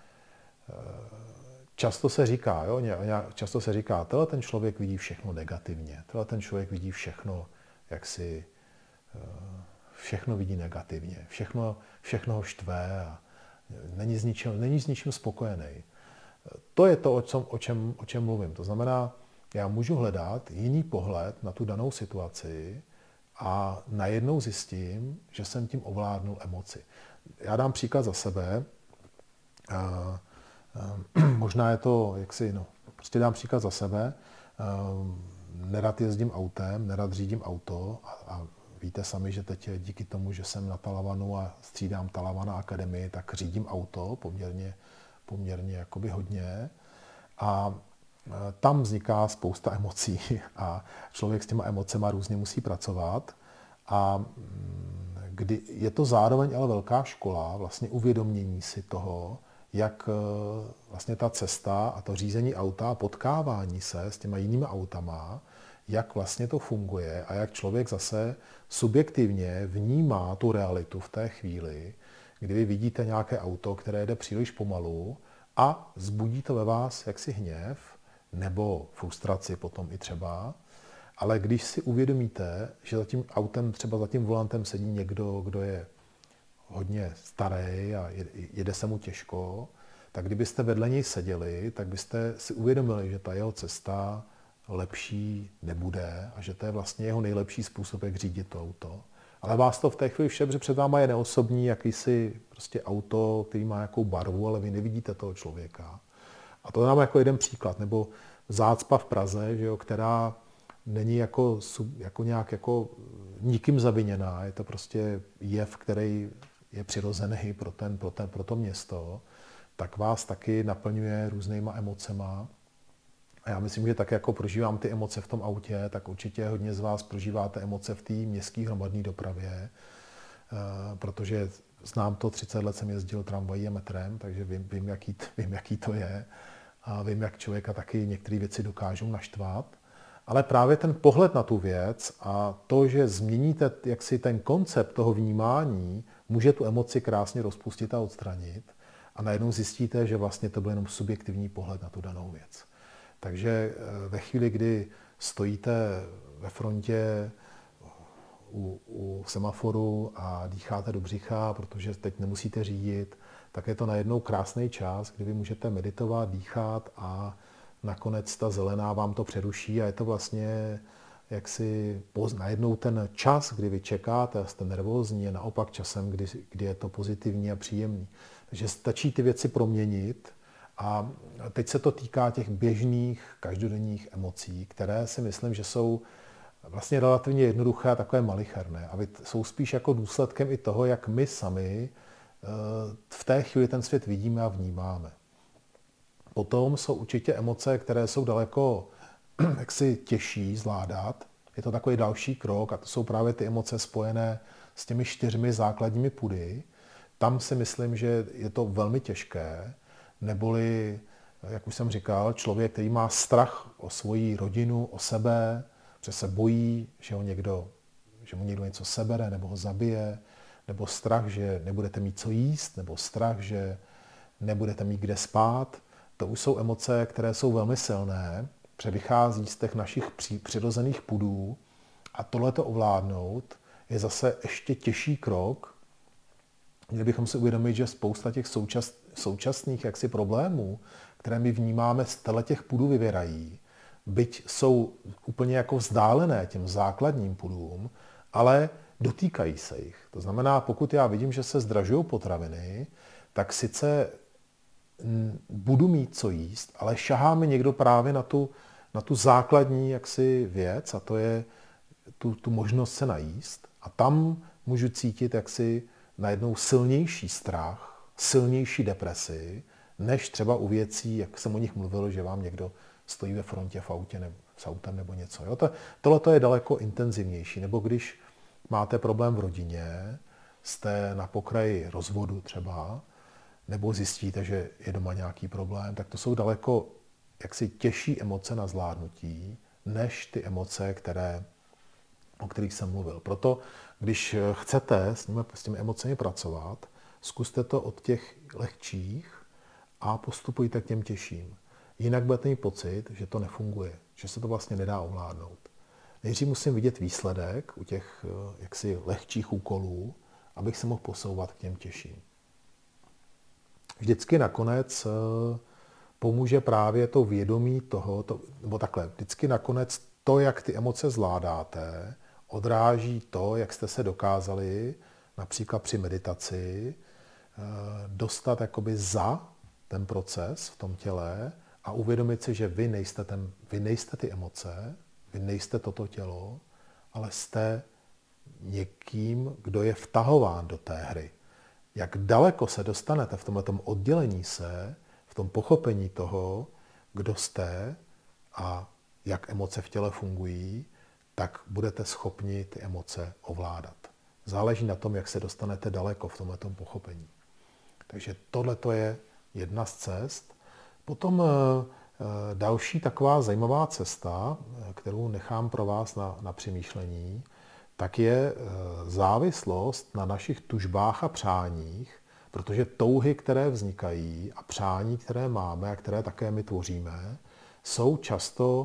Často se říká, jo, často se říká, tenhle ten člověk vidí všechno negativně, tenhle ten člověk vidí všechno, jaksi, všechno vidí negativně, všechno, všechno ho štve a není s ničím, není s ničím spokojený. To je to, o čem, o, čem, o čem mluvím. To znamená, já můžu hledat jiný pohled na tu danou situaci a najednou zjistím, že jsem tím ovládnul emoci. Já dám příklad za sebe. A, a, možná je to, jaksi, no, prostě dám příklad za sebe. A, nerad jezdím autem, nerad řídím auto a, a víte sami, že teď díky tomu, že jsem na Talavanu a střídám Talavana akademii, tak řídím auto poměrně, poměrně jakoby hodně. A tam vzniká spousta emocí a člověk s těma emocema různě musí pracovat. A kdy je to zároveň ale velká škola, vlastně uvědomění si toho, jak vlastně ta cesta a to řízení auta a potkávání se s těma jinými autama, jak vlastně to funguje a jak člověk zase subjektivně vnímá tu realitu v té chvíli, kdy vy vidíte nějaké auto, které jde příliš pomalu a vzbudí to ve vás jaksi hněv nebo frustraci potom i třeba. Ale když si uvědomíte, že za tím autem, třeba za tím volantem sedí někdo, kdo je hodně starý a jede se mu těžko, tak kdybyste vedle něj seděli, tak byste si uvědomili, že ta jeho cesta lepší nebude a že to je vlastně jeho nejlepší způsob, jak řídit to auto. Ale vás to v té chvíli vše, že před váma je neosobní jakýsi prostě auto, který má nějakou barvu, ale vy nevidíte toho člověka. A to dám jako jeden příklad. Nebo zácpa v Praze, že jo, která není jako, jako nějak jako nikým zaviněná. Je to prostě jev, který je přirozený pro, ten, pro, ten, pro to město, tak vás taky naplňuje různýma emocema. A já myslím, že tak jako prožívám ty emoce v tom autě, tak určitě hodně z vás prožíváte emoce v té městské hromadné dopravě, protože znám to, třicet let jsem jezdil tramvají a metrem, takže vím, vím, jaký, vím, jaký to je. A vím, jak člověka taky některé věci dokážou naštvat. Ale právě ten pohled na tu věc a to, že změníte jaksi ten koncept toho vnímání, může tu emoci krásně rozpustit a odstranit. A najednou zjistíte, že vlastně to byl jenom subjektivní pohled na tu danou věc. Takže ve chvíli, kdy stojíte ve frontě u, u semaforu a dýcháte do břicha, protože teď nemusíte řídit, tak je to najednou krásný čas, kdy vy můžete meditovat, dýchat a nakonec ta zelená vám to přeruší a je to vlastně jaksi najednou ten čas, kdy vy čekáte a jste nervózní, je naopak časem, kdy, kdy je to pozitivní a příjemný. Takže stačí ty věci proměnit a teď se to týká těch běžných každodenních emocí, které si myslím, že jsou vlastně relativně jednoduché a takové malicherné a jsou spíš jako důsledkem i toho, jak my sami v té chvíli ten svět vidíme a vnímáme. Potom jsou určitě emoce, které jsou daleko jaksi těžší zvládat. Je to takový další krok a to jsou právě ty emoce spojené s těmi čtyřmi základními pudy. Tam si myslím, že je to velmi těžké, neboli, jak už jsem říkal, člověk, který má strach o svoji rodinu, o sebe, že se bojí, že ho někdo, že mu někdo něco sebere nebo ho zabije, nebo strach, že nebudete mít co jíst, nebo strach, že nebudete mít kde spát. To už jsou emoce, které jsou velmi silné, převychází z těch našich přirozených pudů a tohleto ovládnout je zase ještě těžší krok. Měli bychom si uvědomit, že spousta těch součas, současných jaksi problémů, které my vnímáme, z těch pudů vyvěrají, byť jsou úplně jako vzdálené těm základním pudům, ale dotýkají se jich. To znamená, pokud já vidím, že se zdražují potraviny, tak sice budu mít co jíst, ale šahá mi někdo právě na tu, na tu základní jaksi věc a to je tu, tu možnost se najíst. A tam můžu cítit jaksi najednou silnější strach, silnější depresi, než třeba u věcí, jak jsem o nich mluvil, že vám někdo stojí ve frontě v autě nebo s autem nebo něco. Jo? To, tohle je daleko intenzivnější. Nebo když máte problém v rodině, jste na pokraji rozvodu třeba, nebo zjistíte, že je doma nějaký problém, tak to jsou daleko jaksi těžší emoce na zvládnutí, než ty emoce, které, o kterých jsem mluvil. Proto, když chcete s, nimi, s těmi emocemi pracovat, zkuste to od těch lehčích a postupujte k těm těžším. Jinak budete mít pocit, že to nefunguje, že se to vlastně nedá ovládnout. Nejdřív musím vidět výsledek u těch jaksi lehčích úkolů, abych se mohl posouvat k těm těžším. Vždycky nakonec pomůže právě to vědomí toho, to, nebo takhle, vždycky nakonec to, jak ty emoce zvládáte, odráží to, jak jste se dokázali například při meditaci dostat jakoby za ten proces v tom těle a uvědomit si, že vy nejste, ten, vy nejste ty emoce, vy nejste toto tělo, ale jste někým, kdo je vtahován do té hry. Jak daleko se dostanete v tomhletom oddělení se, v tom pochopení toho, kdo jste a jak emoce v těle fungují, tak budete schopni ty emoce ovládat. Záleží na tom, jak se dostanete daleko v tomhletom pochopení. Takže tohle je jedna z cest. Potom další taková zajímavá cesta, kterou nechám pro vás na, na přemýšlení, tak je závislost na našich tužbách a přáních, protože touhy, které vznikají a přání, které máme a které také my tvoříme, jsou často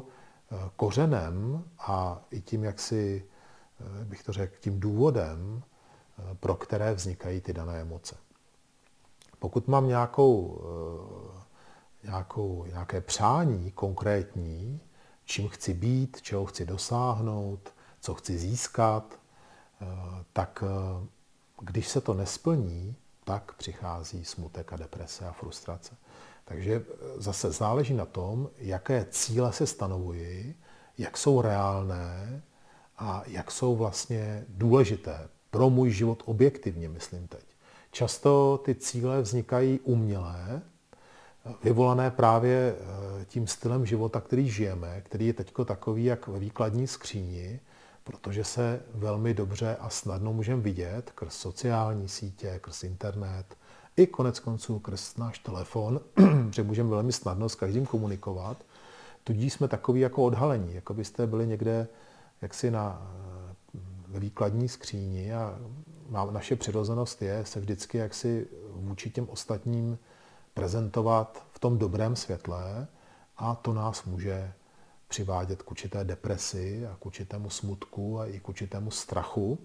kořenem a i tím, jak si, bych to řekl, tím důvodem, pro které vznikají ty dané emoce. Pokud mám nějakou, nějakou, nějaké přání konkrétní, čím chci být, čeho chci dosáhnout, co chci získat, tak když se to nesplní, tak přichází smutek a deprese a frustrace. Takže zase záleží na tom, jaké cíle se stanovují, jak jsou reálné a jak jsou vlastně důležité pro můj život objektivně, myslím teď. Často ty cíle vznikají umělé, vyvolané právě tím stylem života, který žijeme, který je teďko takový, jak ve výkladní skříni, protože se velmi dobře a snadno můžeme vidět skrz sociální sítě, skrz internet, i konec konců skrz náš telefon, že můžeme velmi snadno s každým komunikovat. Tudíž jsme takový jako odhalení, jako byste byli někde jaksi na, ve výkladní skříni a naše přirozenost je se vždycky jaksi vůči těm ostatním prezentovat v tom dobrém světle a to nás může přivádět k určité depresi a k určitému smutku a i k určitému strachu.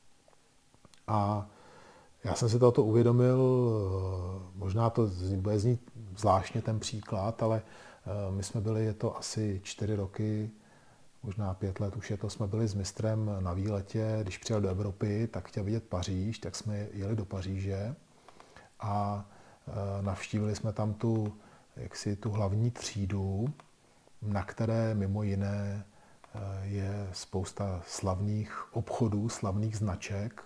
A já jsem si toto uvědomil, možná to bude znít zvláštně ten příklad, ale my jsme byli, je to asi čtyři roky, možná pět let už je to, jsme byli s mistrem na výletě, když přijel do Evropy, tak chtěl vidět Paříž, tak jsme jeli do Paříže a navštívili jsme tam tu, jaksi, tu hlavní třídu, na které mimo jiné je spousta slavných obchodů, slavných značek,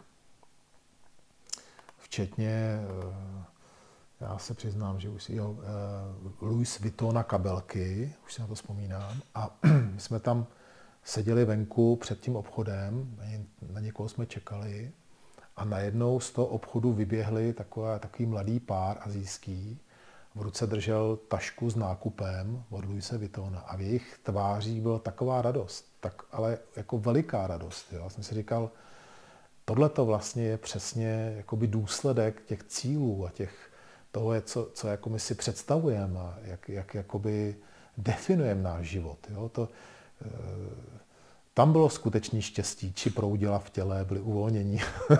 včetně, já se přiznám, že už si, jo, Louis Vuittona kabelky, už si na to vzpomínám, a my jsme tam seděli venku před tím obchodem, na někoho jsme čekali a najednou z toho obchodu vyběhli taková, takový mladý pár asijský, v ruce držel tašku s nákupem od Louise Vuittona a v jejich tvářích byla taková radost, tak ale jako veliká radost. Jo. Já jsem si říkal, tohle to vlastně je přesně jakoby důsledek těch cílů a těch toho, co, co jako my si představujeme a jak, jak jakoby definujeme náš život. Jo. To, e, tam bylo skutečné štěstí, či proudila v těle, byli uvolnění.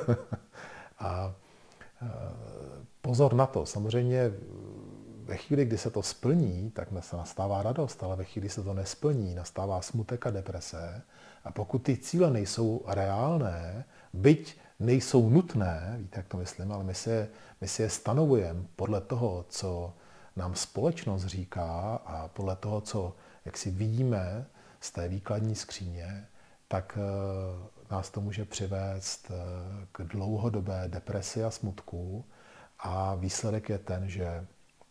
A e, pozor na to, samozřejmě ve chvíli, kdy se to splní, tak nastává radost, ale ve chvíli, kdy se to nesplní, nastává smutek a deprese. A pokud ty cíle nejsou reálné, byť nejsou nutné, víte, jak to myslím, ale my si, my si je stanovujeme podle toho, co nám společnost říká a podle toho, co jak si vidíme z té výkladní skříně, tak nás to může přivést k dlouhodobé depresi a smutku. A výsledek je ten, že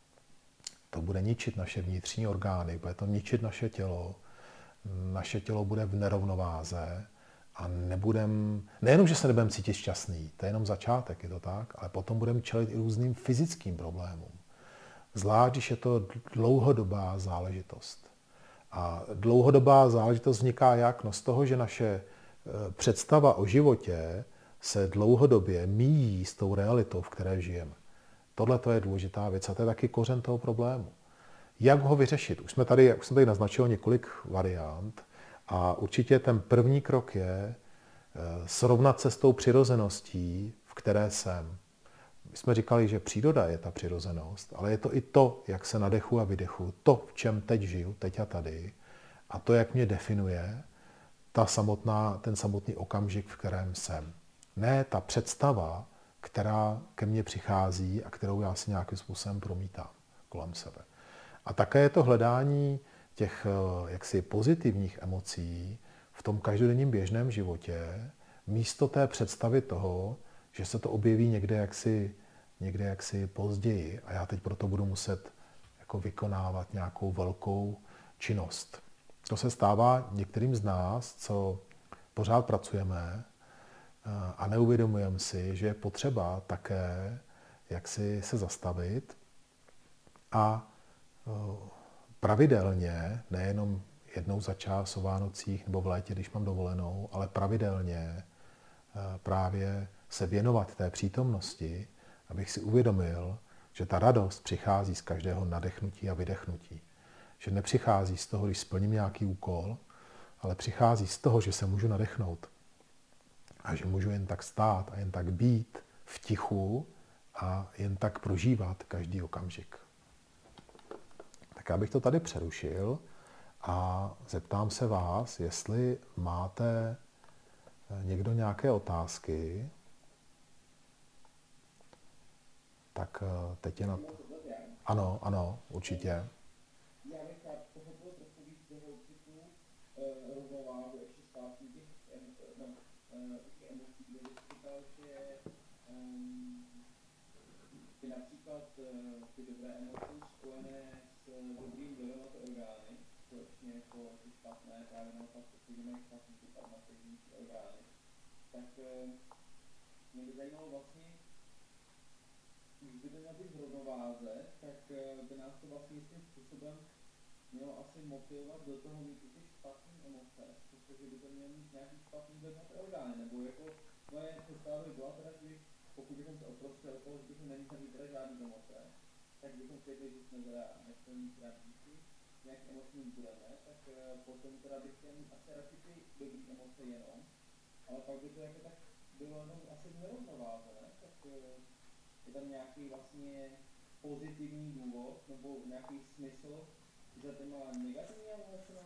to bude ničit naše vnitřní orgány, bude to ničit naše tělo, naše tělo bude v nerovnováze a nebudem, nejenom, že se nebudeme cítit šťastný, to je jenom začátek, je to tak, ale potom budeme čelit i různým fyzickým problémům. Zvlášť, když je to dlouhodobá záležitost. A dlouhodobá záležitost vzniká jak? No z toho, že naše představa o životě se dlouhodobě míjí s tou realitou, v které žijeme. Tohle to je důležitá věc a to je taky kořen toho problému. Jak ho vyřešit? Už jsme tady, už jsem tady naznačil několik variant a určitě ten první krok je srovnat se s tou přirozeností, v které jsem. My jsme říkali, že příroda je ta přirozenost, ale je to i to, jak se nadechu a vydechu, to, v čem teď žiju, teď a tady, a to, jak mě definuje ta samotná, ten samotný okamžik, v kterém jsem. Ne ta představa, která ke mně přichází a kterou já si nějakým způsobem promítám kolem sebe. A také je to hledání těch jaksi pozitivních emocí v tom každodenním běžném životě, místo té představy toho, že se to objeví někde jaksi, někde jaksi později a já teď proto budu muset jako vykonávat nějakou velkou činnost. To se stává některým z nás, co pořád pracujeme a neuvědomujeme si, že je potřeba také jaksi se zastavit a pravidelně, nejenom jednou za čas o Vánocích nebo v létě, když mám dovolenou, ale pravidelně právě se věnovat té přítomnosti, abych si uvědomil, že ta radost přichází z každého nadechnutí a vydechnutí. Že nepřichází z toho, když splním nějaký úkol, ale přichází z toho, že se můžu nadechnout. A že můžu jen tak stát a jen tak být v tichu a jen tak prožívat každý okamžik. Tak já bych to tady přerušil a zeptám se vás, jestli máte někdo nějaké otázky, tak teď je na to. Ano, ano, určitě. Já bych rád pochopil trochu víc do hloubky rovnováhu ještě zpátky těch emocí, kde jsi říkal, že ty například ty dobré emoce spojené s dobrým vlivem na ty orgány, společně jako ty špatné, právě naopak, pokud mají špatný dopad na ty orgány, tak mě by zajímalo vlastně, když by to mělo být v rovnováze, tak by nás to vlastně tím způsobem mělo asi motivovat do toho mít ty špatné emoce, protože by to mělo mít nějaký špatný vliv na ty orgány, nebo jako moje představa by byla teda, že pokud bychom se oprostili od toho, že bychom neměli mít teda žádný emoce, tak bychom řekli, že jsme teda nechtěli mít radíky, nějak emoční budeme, tak potom teda bych chtěl mít asi radši ty dobrý emoce jenom, ale pak by to jako tak bylo jenom asi v nerovnováze, ne? Tak je tam nějaký vlastně pozitivní důvod nebo nějaký smysl za těma negativní emocemi?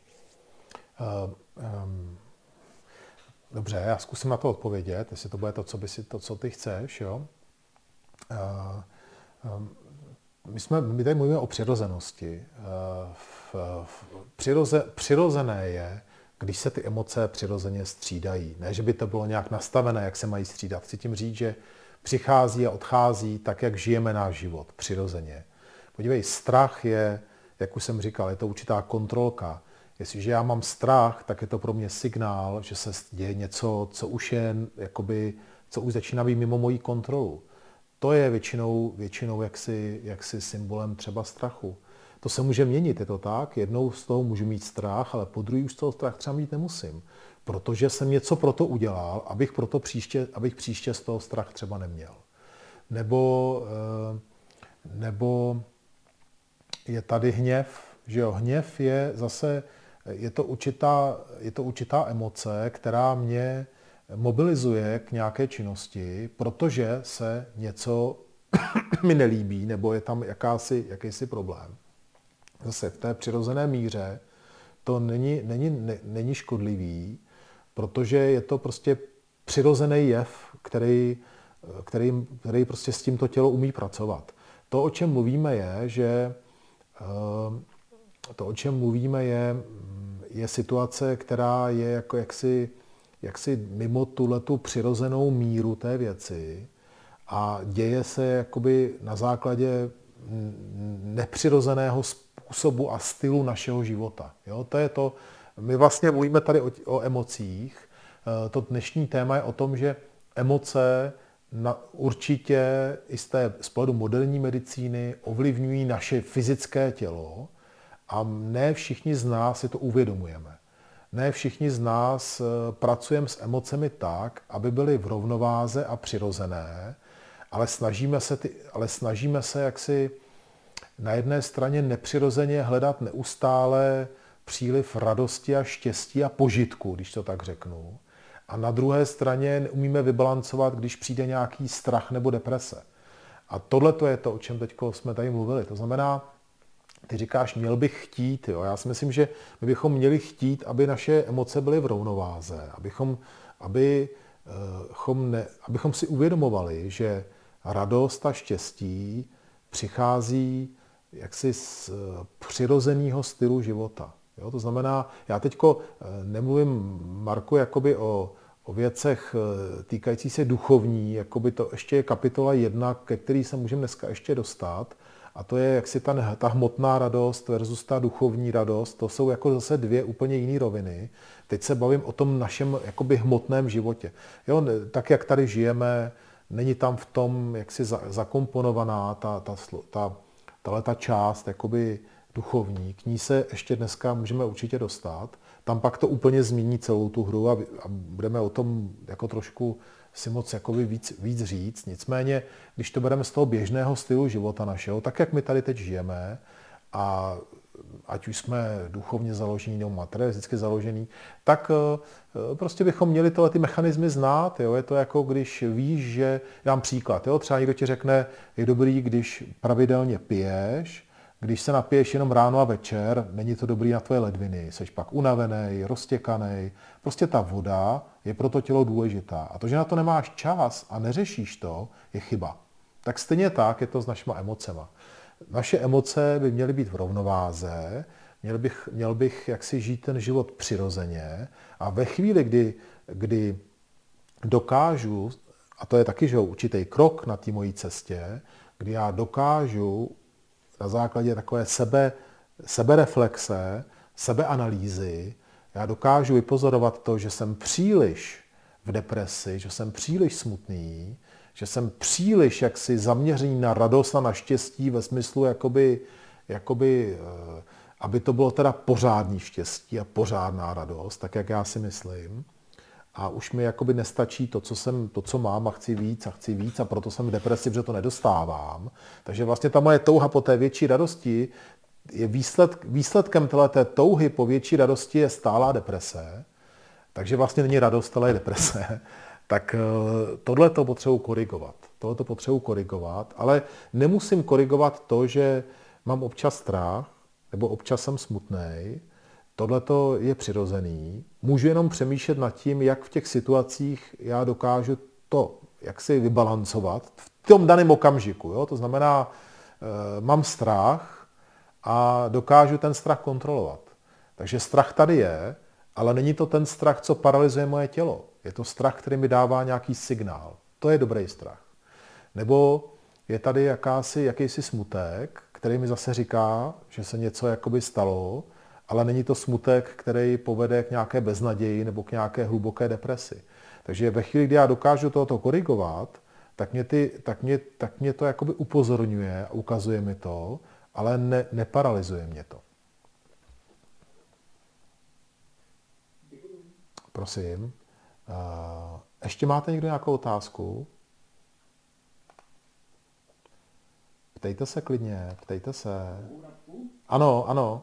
Uh, um, dobře, já zkusím na to odpovědět, jestli to bude to, co, by si, to, co ty chceš. Jo? Uh, um, my, jsme, my tady mluvíme o přirozenosti. Uh, v, v, přiroze, přirozené je, když se ty emoce přirozeně střídají. Ne, že by to bylo nějak nastavené, jak se mají střídat. Chci tím říct, že přichází a odchází tak, jak žijeme náš život, přirozeně. Podívej, strach je, jak už jsem říkal, je to určitá kontrolka. Jestliže já mám strach, tak je to pro mě signál, že se děje něco, co už je, jakoby, co už začíná být mimo moji kontrolu. To je většinou, většinou jaksi, jaksi symbolem třeba strachu. To se může měnit, je to tak? Jednou z toho můžu mít strach, ale po druhý už z toho strach třeba mít nemusím. Protože jsem něco pro to udělal, abych, proto příště, abych příště z toho strach třeba neměl. Nebo, nebo je tady hněv, že jo, hněv je zase, je to určitá, je to určitá emoce, která mě mobilizuje k nějaké činnosti, protože se něco mi nelíbí, nebo je tam jakási, jakýsi problém. Zase v té přirozené míře to není, není, ne, není škodlivý, protože je to prostě přirozený jev, který, který, který prostě s tímto tělo umí pracovat. To, o čem mluvíme, je, že to, o čem mluvíme, je, je situace, která je jako jaksi, jaksi mimo tuhletu přirozenou míru té věci a děje se jakoby na základě nepřirozeného způsobu a stylu našeho života. Jo? To je to, my vlastně mluvíme tady o, o emocích. To dnešní téma je o tom, že emoce na, určitě i z té z pohledu moderní medicíny ovlivňují naše fyzické tělo a ne všichni z nás si to uvědomujeme. Ne všichni z nás pracujeme s emocemi tak, aby byly v rovnováze a přirozené, ale snažíme se, ty, ale snažíme se jaksi na jedné straně nepřirozeně hledat neustále příliv radosti a štěstí a požitku, když to tak řeknu. A na druhé straně neumíme vybalancovat, když přijde nějaký strach nebo deprese. A tohle to je to, o čem teď jsme tady mluvili. To znamená, ty říkáš, měl bych chtít. Jo? Já si myslím, že my bychom měli chtít, aby naše emoce byly v rovnováze. Abychom, aby, abychom, ne, abychom si uvědomovali, že radost a štěstí přichází jaksi z přirozeného stylu života. Jo, to znamená, já teďko nemluvím, Marku, jakoby o, o věcech týkající se duchovní, jakoby to ještě je kapitola jedna, ke který se můžeme dneska ještě dostat, a to je jaksi ta, ta hmotná radost versus ta duchovní radost, to jsou jako zase dvě úplně jiné roviny. Teď se bavím o tom našem jakoby hmotném životě. Jo, tak, jak tady žijeme, není tam v tom jaksi zakomponovaná ta, ta, ta, tahle ta část jakoby duchovní. K ní se ještě dneska můžeme určitě dostat. Tam pak to úplně změní celou tu hru a, a budeme o tom jako trošku si moc jakoby víc, víc říct. Nicméně, když to bereme z toho běžného stylu života našeho, tak jak my tady teď žijeme a ať už jsme duchovně založení nebo materialisticky založení, tak prostě bychom měli tyhle ty mechanismy znát. Jo? Je to jako když víš, že, dám příklad, jo? Třeba někdo ti řekne, je dobrý, když pravidelně piješ, když se napiješ jenom ráno a večer, není to dobrý na tvoje ledviny, jsi pak unavený, roztěkaný. Prostě ta voda je pro to tělo důležitá. A to, že na to nemáš čas a neřešíš to, je chyba. Tak stejně tak je to s našima emocema. Naše emoce by měly být v rovnováze, měl bych, měl bych jaksi žít ten život přirozeně a ve chvíli, kdy, kdy dokážu, a to je taky že určitý krok na té mojí cestě, kdy já dokážu na základě takové sebe, sebereflexe, sebeanalýzy, já dokážu vypozorovat to, že jsem příliš v depresi, že jsem příliš smutný, že jsem příliš jaksi zaměřený na radost a na štěstí ve smyslu, jakoby, jakoby, aby to bylo teda pořádný štěstí a pořádná radost, tak jak já si myslím. A už mi jakoby nestačí to, co jsem, to, co mám a chci víc a chci víc a proto jsem v depresi, protože to nedostávám. Takže vlastně ta moje touha po té větší radosti je výsled, výsledkem této touhy po větší radosti je stálá deprese. Takže vlastně není radost, ale je deprese. Tak tohle to potřebuji korigovat. Tohle to potřebuji korigovat, ale nemusím korigovat to, že mám občas strach, nebo občas jsem smutnej. Tohle to je přirozený. Můžu jenom přemýšlet nad tím, jak v těch situacích já dokážu to, jak si vybalancovat v tom daném okamžiku. Jo? To znamená, e, mám strach a dokážu ten strach kontrolovat. Takže strach tady je, ale není to ten strach, co paralyzuje moje tělo. Je to strach, který mi dává nějaký signál. To je dobrý strach. Nebo je tady jakási, jakýsi smutek, který mi zase říká, že se něco jakoby stalo, ale není to smutek, který povede k nějaké beznaději nebo k nějaké hluboké depresi. Takže ve chvíli, kdy já dokážu tohoto korigovat, tak mě, ty, tak mě, tak mě to jakoby upozorňuje a ukazuje mi to, ale ne, neparalyzuje mě to. Prosím. Ještě máte někdo nějakou otázku? Ptejte se klidně, ptejte se. Ano, ano.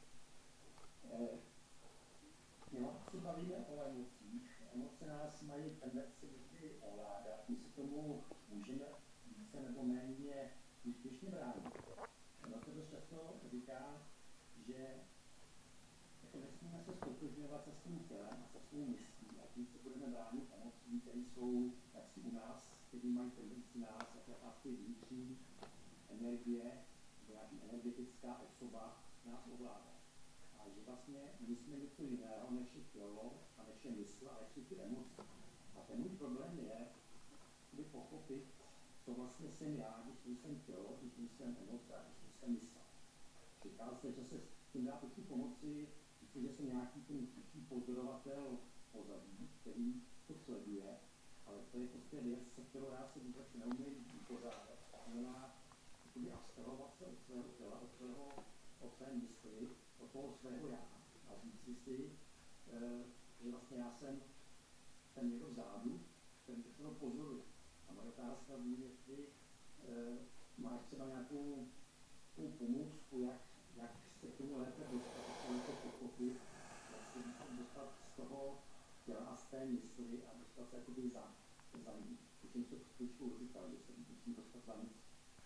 Energie, nějaký energetická osoba nás ovládá. A že vlastně my jsme něco jiného než je tělo a než je mysl a než ty emoce. A ten můj problém je, by pochopit, co vlastně jsem já, když jsem tělo, když jsem emoce a když jsem mysl. Říká se, že se s tím dá trochu pomoci, že jsem nějaký ten tichý pozorovatel pozadí, který to sleduje, ale to je prostě věc, se kterou já se vůbec neumím vypořádat. Znamená, abstrahovat se od svého těla, od, svého, od své mysli, od toho svého já a říct si, že vlastně já jsem ten někdo vzadu, který se to pozoruje. A moje otázka bude, jestli máš třeba nějakou pomůcku, jak, jak se k tomu lépe dostat, jak to pochopit, jak se dostat z toho těla a z té mysli a dostat se jakoby za, za ní. Když jsem to chvíličku říkal, že se musím dostat za nic.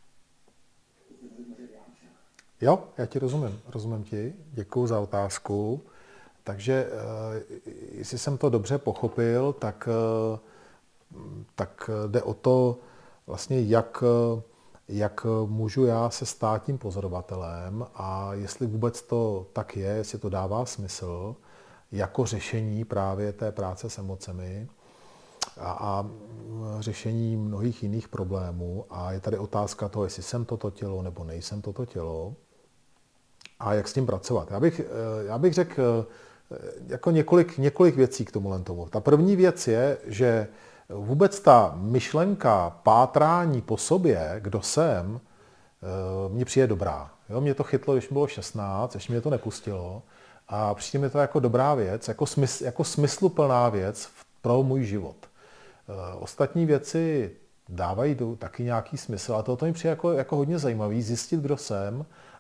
Jo, já ti rozumím, rozumím ti, děkuju za otázku. Takže jestli jsem to dobře pochopil, tak, tak jde o to, vlastně jak, jak můžu já se stát tím pozorovatelem a jestli vůbec to tak je, jestli to dává smysl jako řešení právě té práce s emocemi a, a řešení mnohých jiných problémů. A je tady otázka toho, jestli jsem toto tělo nebo nejsem toto tělo a jak s tím pracovat. Já bych, já bych řekl jako několik, několik věcí k tomuhle tomu. Ta první věc je, že vůbec ta myšlenka pátrání po sobě, kdo jsem, mně přijde dobrá. Jo, mě to chytlo, když mi bylo šestnáct, ještě mě to nepustilo a přijde mi to jako dobrá věc, jako, smysl, jako smysluplná věc pro můj život. Ostatní věci dávají taky nějaký smysl, ale toto mi přijde jako, jako hodně zajímavý, zjistit, kdo jsem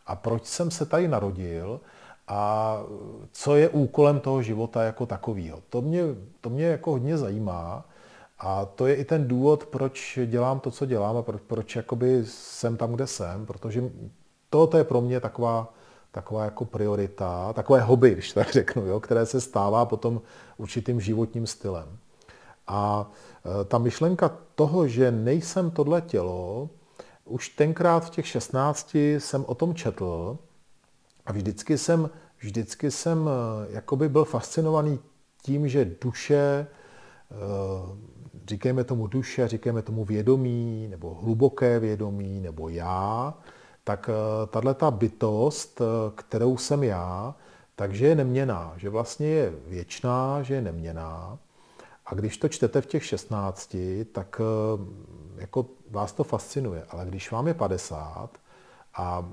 a proč jsem se tady narodil a co je úkolem toho života jako takového. To mě, to mě jako hodně zajímá a to je i ten důvod, proč dělám to, co dělám a proč, proč jakoby jsem tam, kde jsem, protože to je pro mě taková, taková jako priorita, takové hobby, když tak řeknu, jo, které se stává potom určitým životním stylem. A ta myšlenka toho, že nejsem tohle tělo, už tenkrát v těch šestnácti jsem o tom četl a vždycky jsem, vždycky jsem jakoby byl fascinovaný tím, že duše, říkejme tomu duše, říkejme tomu vědomí, nebo hluboké vědomí, nebo já, tak tato bytost, kterou jsem já, takže je neměnná, že vlastně je věčná, že je neměnná. A když to čtete v těch šestnácti, tak jako vás to fascinuje. Ale když vám je padesát a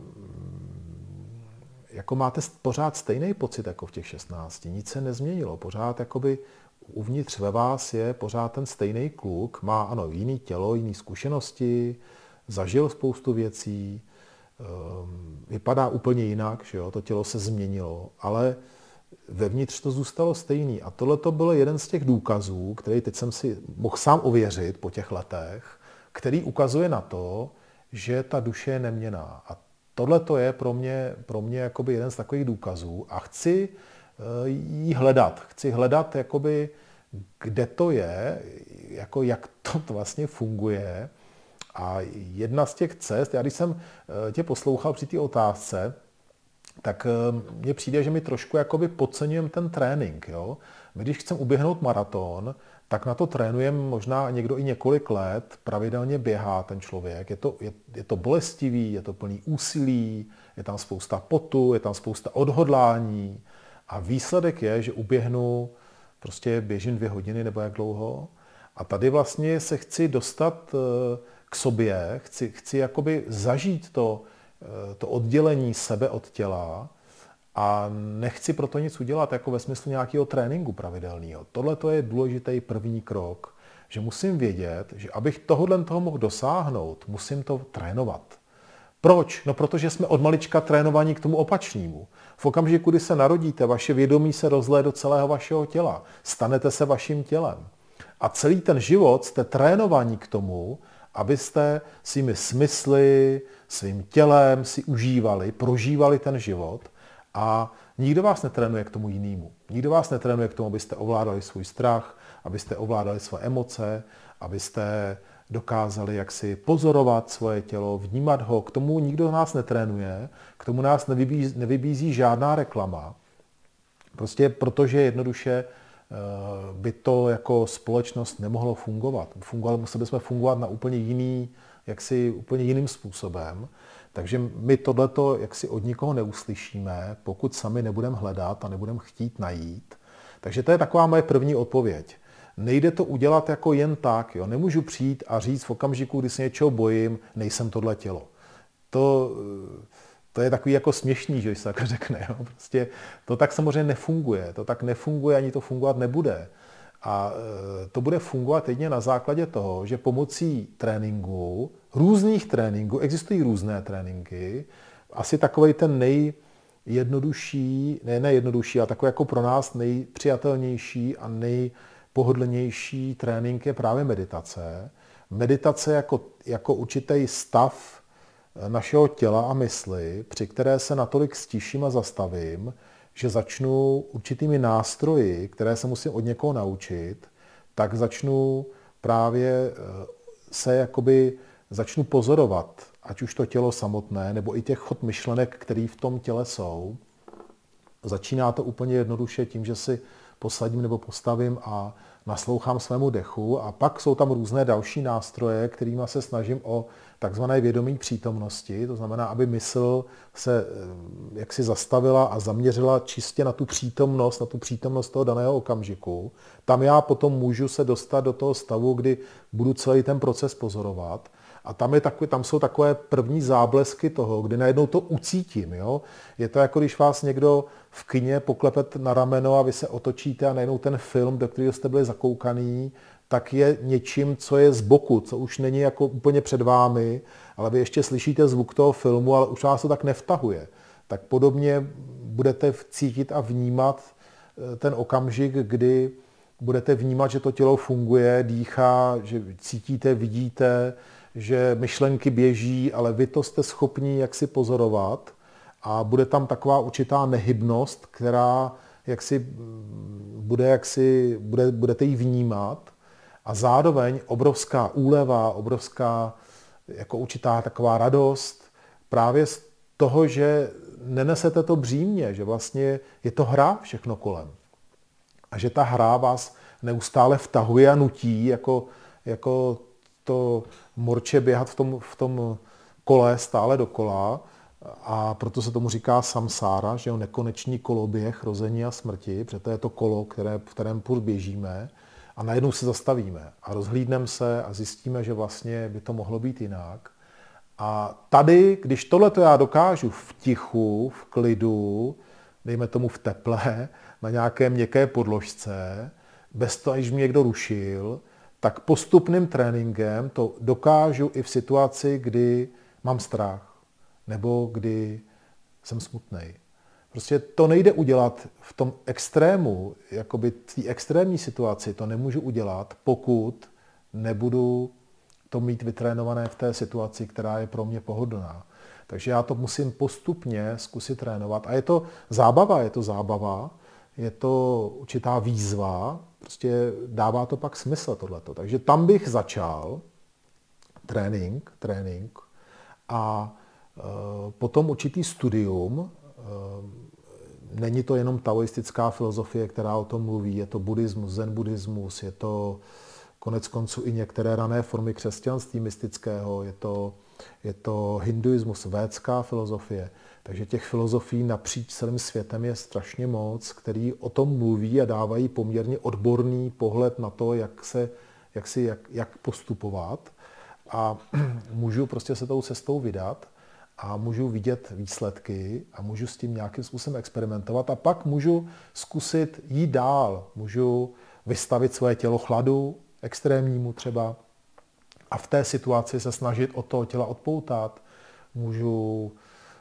jako máte pořád stejný pocit jako v těch šestnácti, nic se nezměnilo. Pořád jakoby uvnitř ve vás je pořád ten stejný kluk, má ano jiný tělo, jiný zkušenosti, zažil spoustu věcí, vypadá úplně jinak, že jo? To tělo se změnilo, ale vevnitř to zůstalo stejný. A tohle to byl jeden z těch důkazů, který teď jsem si mohl sám ověřit po těch letech, který ukazuje na to, že ta duše je neměnná. A tohle to je pro mě, pro mě jakoby jeden z takových důkazů. A chci ji hledat. Chci hledat, jakoby, kde to je, jako jak to vlastně funguje. A jedna z těch cest, já když jsem tě poslouchal při té otázce, tak mně přijde, že my trošku jakoby podceňujeme ten trénink. Jo? My když chceme uběhnout maraton, tak na to trénujeme možná někdo i několik let, pravidelně běhá ten člověk. Je to, je, je to bolestivý, je to plný úsilí, je tam spousta potu, je tam spousta odhodlání a výsledek je, že uběhnu, prostě běžím dvě hodiny nebo jak dlouho. A tady vlastně se chci dostat k sobě, chci, chci jakoby zažít to, to oddělení sebe od těla a nechci proto nic udělat jako ve smyslu nějakého tréninku pravidelného. Tohle to je důležitý první krok, že musím vědět, že abych tohohle toho mohl dosáhnout, musím to trénovat. Proč? No protože jsme od malička trénovaní k tomu opačnému. V okamžiku, kdy se narodíte, vaše vědomí se rozleje do celého vašeho těla. Stanete se vaším tělem. A celý ten život jste trénovaní k tomu, abyste svými smysly, svým tělem si užívali, prožívali ten život a nikdo vás netrénuje k tomu jinému. Nikdo vás netrénuje k tomu, abyste ovládali svůj strach, abyste ovládali své emoce, abyste dokázali jaksi pozorovat svoje tělo, vnímat ho. K tomu nikdo nás netrénuje, k tomu nás nevybízí, nevybízí žádná reklama. Prostě protože jednoduše by to jako společnost nemohlo fungovat. Fungovali, museli bychom fungovat na úplně jiný, jaksi úplně jiným způsobem. Takže my tohleto jaksi od nikoho neuslyšíme, pokud sami nebudeme hledat a nebudeme chtít najít. Takže to je taková moje první odpověď. Nejde to udělat jako jen tak. Jo? Nemůžu přijít a říct v okamžiku, kdy se něčeho bojím, nejsem tohle tělo. To, to je takový jako směšný, že se tak řekne. Jo? Prostě to tak samozřejmě nefunguje. To tak nefunguje, ani to fungovat nebude. A to bude fungovat jedině na základě toho, že pomocí tréninku, různých tréninků, existují různé tréninky, asi takovej ten nejjednodušší, ne nejjednodušší, ale takový jako pro nás nejpřijatelnější a nejpohodlnější trénink je právě meditace. Meditace jako, jako určitý stav našeho těla a mysli, při které se natolik stiším a zastavím, že začnu určitými nástroji, které se musím od někoho naučit, tak začnu právě se jakoby, začnu pozorovat, ať už to tělo samotné, nebo i těch chod myšlenek, které v tom těle jsou. Začíná to úplně jednoduše tím, že si posadím nebo postavím a naslouchám svému dechu a pak jsou tam různé další nástroje, kterými se snažím o takzvané vědomí přítomnosti, to znamená, aby mysl se jaksi zastavila a zaměřila čistě na tu přítomnost, na tu přítomnost toho daného okamžiku. Tam já potom můžu se dostat do toho stavu, kdy budu celý ten proces pozorovat. A tam, je takový, tam jsou takové první záblesky toho, kdy najednou to ucítím. Jo? Je to jako když vás někdo v kině poklepet na rameno a vy se otočíte a najednou ten film, do kterého jste byli zakoukaný, tak je něčím, co je z boku, co už není jako úplně před vámi, ale vy ještě slyšíte zvuk toho filmu, ale už vás to tak nevtahuje. Tak podobně budete cítit a vnímat ten okamžik, kdy budete vnímat, že to tělo funguje, dýchá, že cítíte, vidíte, že myšlenky běží, ale vy to jste schopni jaksi pozorovat a bude tam taková určitá nehybnost, která jaksi bude, jaksi, bude, budete ji vnímat a zároveň obrovská úleva, obrovská jako určitá taková radost právě z toho, že nenesete to břímě, že vlastně je to hra všechno kolem. A že ta hra vás neustále vtahuje a nutí, jako, jako to morče běhat v tom, v tom kole stále dokola. A proto se tomu říká samsára, že je nekonečný koloběh rození a smrti, protože to je to kolo, které, v kterém půl běžíme. A najednou se zastavíme a rozhlídneme se a zjistíme, že vlastně by to mohlo být jinak. A tady, když tohleto já dokážu v tichu, v klidu, dejme tomu v teple, na nějaké měkké podložce, bez toho, aniž mě někdo rušil, tak postupným tréninkem to dokážu i v situaci, kdy mám strach nebo kdy jsem smutnej. Prostě to nejde udělat v tom extrému, jakoby v té extrémní situaci to nemůžu udělat, pokud nebudu to mít vytrénované v té situaci, která je pro mě pohodlná. Takže já to musím postupně zkusit trénovat. A je to zábava, je to zábava, je to určitá výzva, prostě dává to pak smysl tohleto. Takže tam bych začal trénink, trénink a e, potom určitý studium. E, není to jenom taoistická filozofie, která o tom mluví, je to buddhismus, zen buddhismus, je to konec konců i některé rané formy křesťanství mystického, je to, je to hinduismus, védská filozofie. Takže těch filozofií napříč celým světem je strašně moc, který o tom mluví a dávají poměrně odborný pohled na to, jak, se, jak, si, jak, jak postupovat. A můžu prostě se tou cestou vydat a můžu vidět výsledky a můžu s tím nějakým způsobem experimentovat a pak můžu zkusit jít dál. Můžu vystavit svoje tělo chladu, extrémnímu třeba, a v té situaci se snažit od toho těla odpoutat. Můžu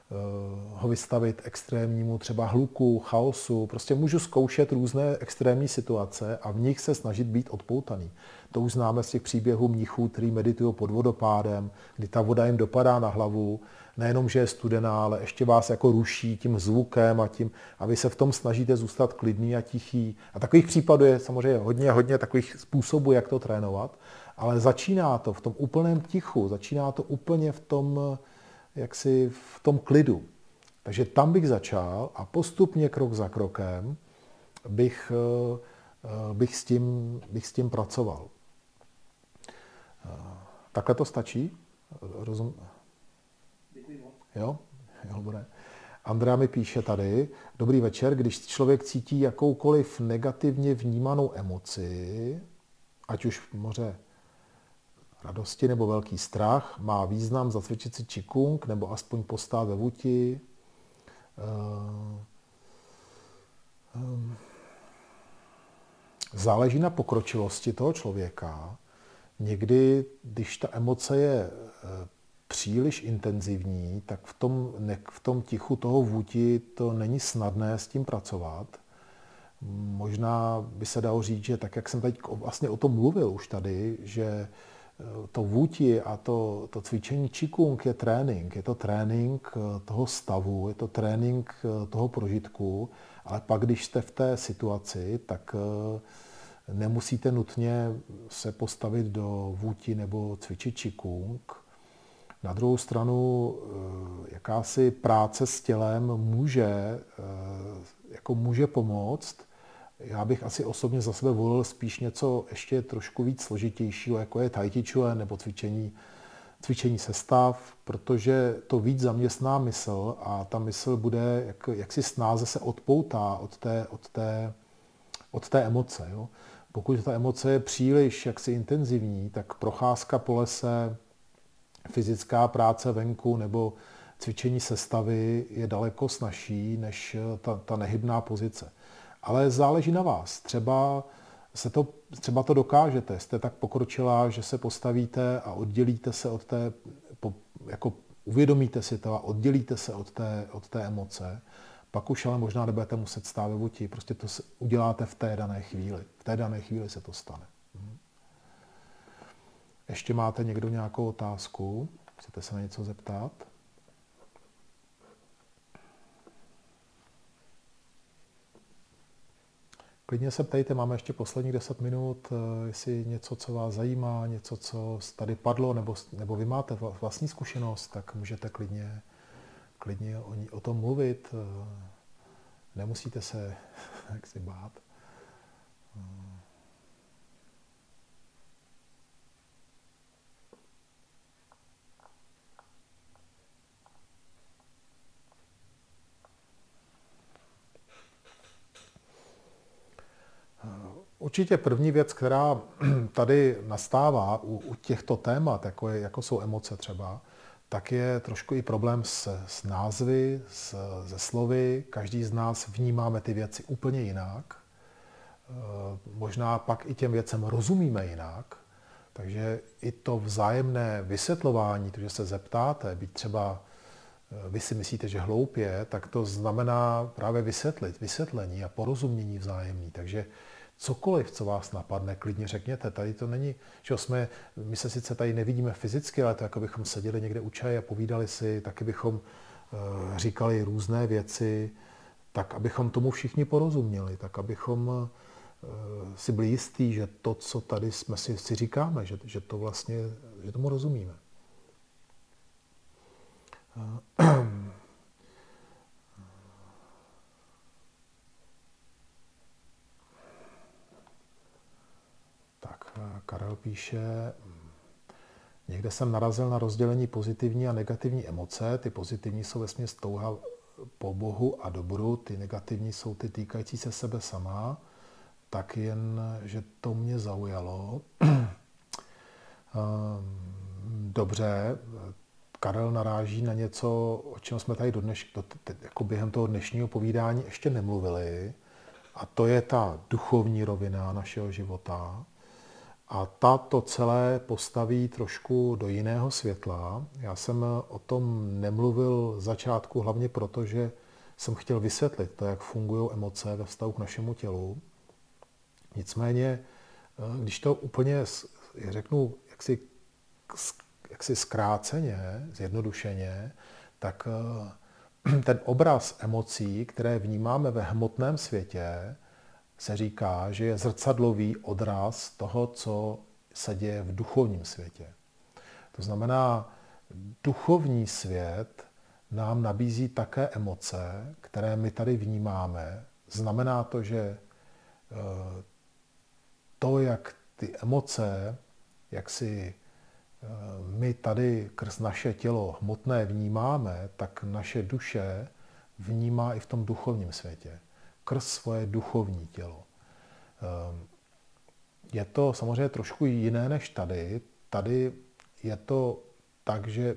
ho vystavit extrémnímu třeba hluku, chaosu. Prostě můžu zkoušet různé extrémní situace a v nich se snažit být odpoutaný. To už známe z těch příběhů mnichů, kteří meditují pod vodopádem, kdy ta voda jim dopadá na hlavu, nejenom, že je studená, ale ještě vás jako ruší tím zvukem a tím, a vy se v tom snažíte zůstat klidný a tichý. A takových případů je samozřejmě hodně, hodně takových způsobů, jak to trénovat, ale začíná to v tom úplném tichu, začíná to úplně v tom, jaksi v tom klidu. Takže tam bych začal a postupně krok za krokem bych, bych, s, tím, bych s tím pracoval. Takhle to stačí? Rozum... Děkuji moc. Jo? Jo, bude. Andrea mi píše tady, dobrý večer, když člověk cítí jakoukoliv negativně vnímanou emoci, ať už moře radosti nebo velký strach, má význam zacvičit si čikung nebo aspoň postát ve vuti. Záleží na pokročilosti toho člověka. Někdy, když ta emoce je příliš intenzivní, tak v tom, v tom tichu toho vuti to není snadné s tím pracovat. Možná by se dalo říct, že tak, jak jsem teď vlastně o tom mluvil už tady, že to vuti a to, to cvičení čikung je trénink. Je to trénink toho stavu, je to trénink toho prožitku, ale pak, když jste v té situaci, tak nemusíte nutně se postavit do vuti nebo cvičit čikung. Na druhou stranu, jakási práce s tělem může, jako může pomoct. Já bych asi osobně za sebe volil spíš něco ještě trošku víc složitějšího, jako je tai chi chuan nebo cvičení, cvičení sestav, protože to víc zaměstná mysl a ta mysl bude jak, jaksi snáze se odpoutá od té, od té, od té emoce. Jo? Pokud ta emoce je příliš jaksi intenzivní, tak procházka po lese, fyzická práce venku nebo cvičení sestavy je daleko snazší než ta, ta nehybná pozice. Ale záleží na vás. Třeba se to, třeba to dokážete, jste tak pokročilá, že se postavíte a oddělíte se od té, jako uvědomíte si to a oddělíte se od té, od té emoce, pak už ale možná nebudete muset stát ve voti, prostě to uděláte v té dané chvíli. V té dané chvíli se to stane. Ještě máte někdo nějakou otázku? Chcete se na něco zeptat? Klidně se ptejte, máme ještě posledních deset minut, jestli něco, co vás zajímá, něco, co tady padlo, nebo, nebo vy máte vlastní zkušenost, tak můžete klidně, klidně o, ní, o tom mluvit. Nemusíte se jaksi bát. Určitě první věc, která tady nastává u, u těchto témat, jako, je, jako jsou emoce třeba, tak je trošku i problém s, s názvy, s, se slovy. Každý z nás vnímáme ty věci úplně jinak. Možná pak i těm věcem rozumíme jinak. Takže i to vzájemné vysvětlování, to, že se zeptáte, být třeba vy si myslíte, že hloupě, tak to znamená právě vysvětlit, vysvětlení a porozumění vzájemný. Takže cokoliv, co vás napadne, klidně řekněte. Tady to není, že jsme, my se sice tady nevidíme fyzicky, ale to jako bychom seděli někde u čaje a povídali si, taky bychom uh, říkali různé věci, tak abychom tomu všichni porozuměli, tak abychom uh, si byli jistí, že to, co tady jsme si, si říkáme, že, že to vlastně, že tomu rozumíme. Uh, Karel píše, někde jsem narazil na rozdělení pozitivní a negativní emoce. Ty pozitivní jsou vesměs touha po Bohu a dobru, ty negativní jsou ty týkající se sebe sama. Tak jen, že to mě zaujalo. Dobře, Karel naráží na něco, o čem jsme tady do dneš, do, jako během toho dnešního povídání ještě nemluvili. A to je ta duchovní rovina našeho života. A ta to celé postaví trošku do jiného světla. Já jsem o tom nemluvil v začátku hlavně proto, že jsem chtěl vysvětlit to, jak fungují emoce ve vztahu k našemu tělu. Nicméně, když to úplně řeknu jaksi, jaksi zkráceně, zjednodušeně, tak ten obraz emocí, které vnímáme ve hmotném světě, se říká, že je zrcadlový odraz toho, co se děje v duchovním světě. To znamená, duchovní svět nám nabízí také emoce, které my tady vnímáme. Znamená to, že to, jak ty emoce, jak si my tady krz naše tělo hmotné vnímáme, tak naše duše vnímá i v tom duchovním světě. Krz svoje duchovní tělo. Je to samozřejmě trošku jiné než tady. Tady je to tak, že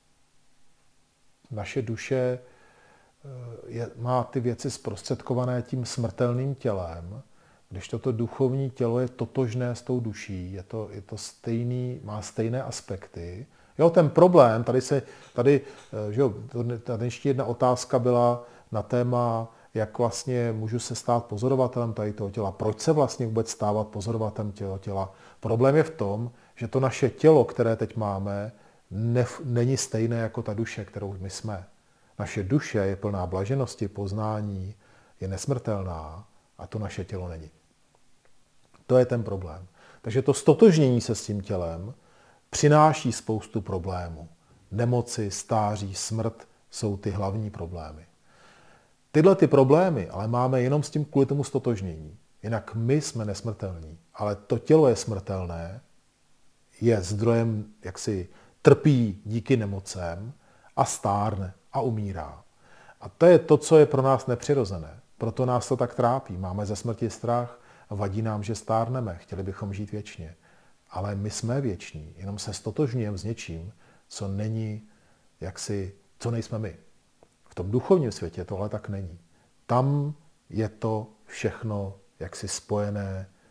naše duše je, má ty věci zprostředkované tím smrtelným tělem, když toto duchovní tělo je totožné s tou duší, je to, je to stejný, má stejné aspekty. Jo, ten problém, tady se, tady, že jo, ta dnešní jedna otázka byla na téma, jak vlastně můžu se stát pozorovatelem tady toho těla. Proč se vlastně vůbec stávat pozorovatelem těla těla? Problém je v tom, že to naše tělo, které teď máme, ne, není stejné jako ta duše, kterou my jsme. Naše duše je plná blaženosti, poznání, je nesmrtelná a to naše tělo není. To je ten problém. Takže to stotožnění se s tím tělem přináší spoustu problémů. Nemoci, stáří, smrt jsou ty hlavní problémy. Tyhle ty problémy ale máme jenom s tím kvůli tomu stotožnění. Jinak my jsme nesmrtelní, ale to tělo je smrtelné, je zdrojem, jaksi trpí díky nemocem a stárne a umírá. A to je to, co je pro nás nepřirozené. Proto nás to tak trápí. Máme ze smrti strach, vadí nám, že stárneme, chtěli bychom žít věčně. Ale my jsme věční, jenom se stotožňujeme s něčím, co není, jaksi, co nejsme my. V tom duchovním světě tohle tak není. Tam je to všechno jaksi spojené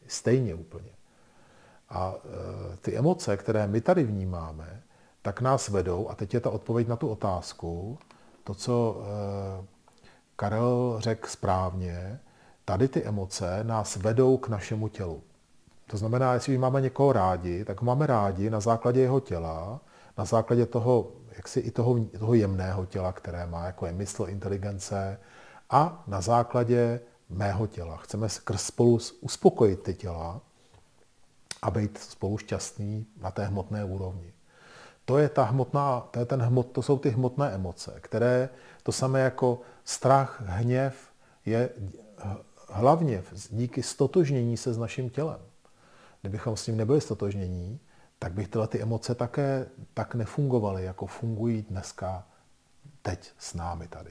Stejně úplně. A e, ty emoce, které my tady vnímáme, tak nás vedou, a teď je ta odpověď na tu otázku, to, co e, Karel řekl správně, tady ty emoce nás vedou k našemu tělu. To znamená, jestli máme někoho rádi, tak ho máme rádi na základě jeho těla, na základě toho, jaksi i toho, toho jemného těla, které má, jako je mysl, inteligence, a na základě mého těla. Chceme spolu uspokojit ty těla a být spolu šťastný na té hmotné úrovni. To je ta hmotná, to, je ten hmot, to jsou ty hmotné emoce, které to samé jako strach, hněv je hlavně díky stotožnění se s naším tělem. Kdybychom s ním nebyli stotožnění, tak bych tyhle ty emoce také tak nefungovaly, jako fungují dneska teď s námi tady.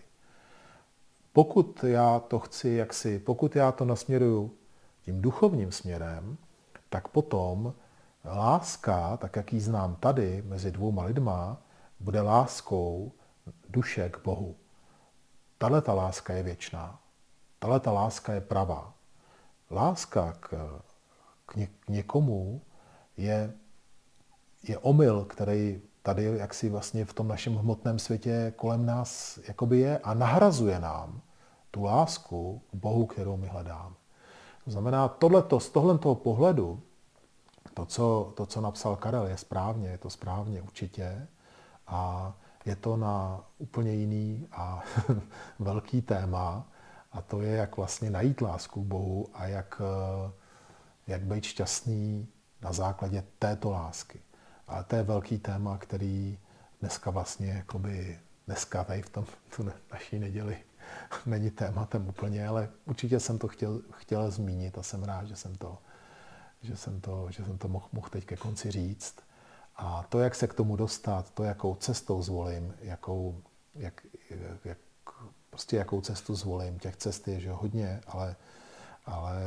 Pokud já to chci, jaksi, pokud já to nasměruju tím duchovním směrem, tak potom láska, tak jak ji znám tady mezi dvouma lidma, bude láskou duše k Bohu. Tahle ta láska je věčná. Tahle ta láska je pravá. Láska k, k, ně, k někomu je, je omyl, který tady jaksi vlastně v tom našem hmotném světě kolem nás jakoby je a nahrazuje nám tu lásku k Bohu, kterou my hledáme. To znamená, tohleto, z tohoto pohledu, to co, to, co napsal Karel, je správně, je to správně určitě a je to na úplně jiný a velký téma a to je, jak vlastně najít lásku k Bohu a jak, jak být šťastný na základě této lásky. Ale to je velký téma, který dneska vlastně, jakoby dneska tady v tom tu naší neděli není tématem úplně, ale určitě jsem to chtěl, chtěl zmínit a jsem rád, že jsem to, že jsem to, že jsem to mohl, mohl teď ke konci říct. A to, jak se k tomu dostat, to, jakou cestou zvolím, jakou, jak, jak, prostě jakou cestu zvolím, těch cest je že hodně, ale, ale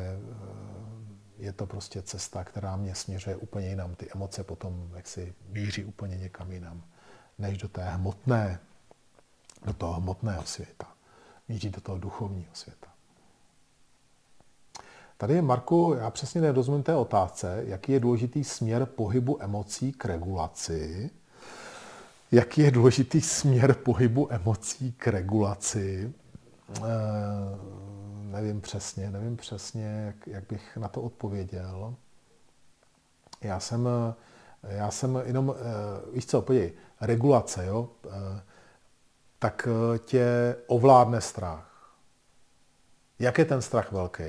je to prostě cesta, která mě směřuje úplně jinam. Ty emoce potom jaksi míří úplně někam jinam, než do té hmotné, do toho hmotného světa. Míří do toho duchovního světa. Tady je, Marku, já přesně nerozumím té otázce, jaký je důležitý směr pohybu emocí k regulaci. Jaký je důležitý směr pohybu emocí k regulaci? E, nevím přesně, nevím přesně, jak, jak bych na to odpověděl. Já jsem, já jsem jenom, víš co, podívej, regulace, jo, tak tě ovládne strach. Jak je ten strach velký?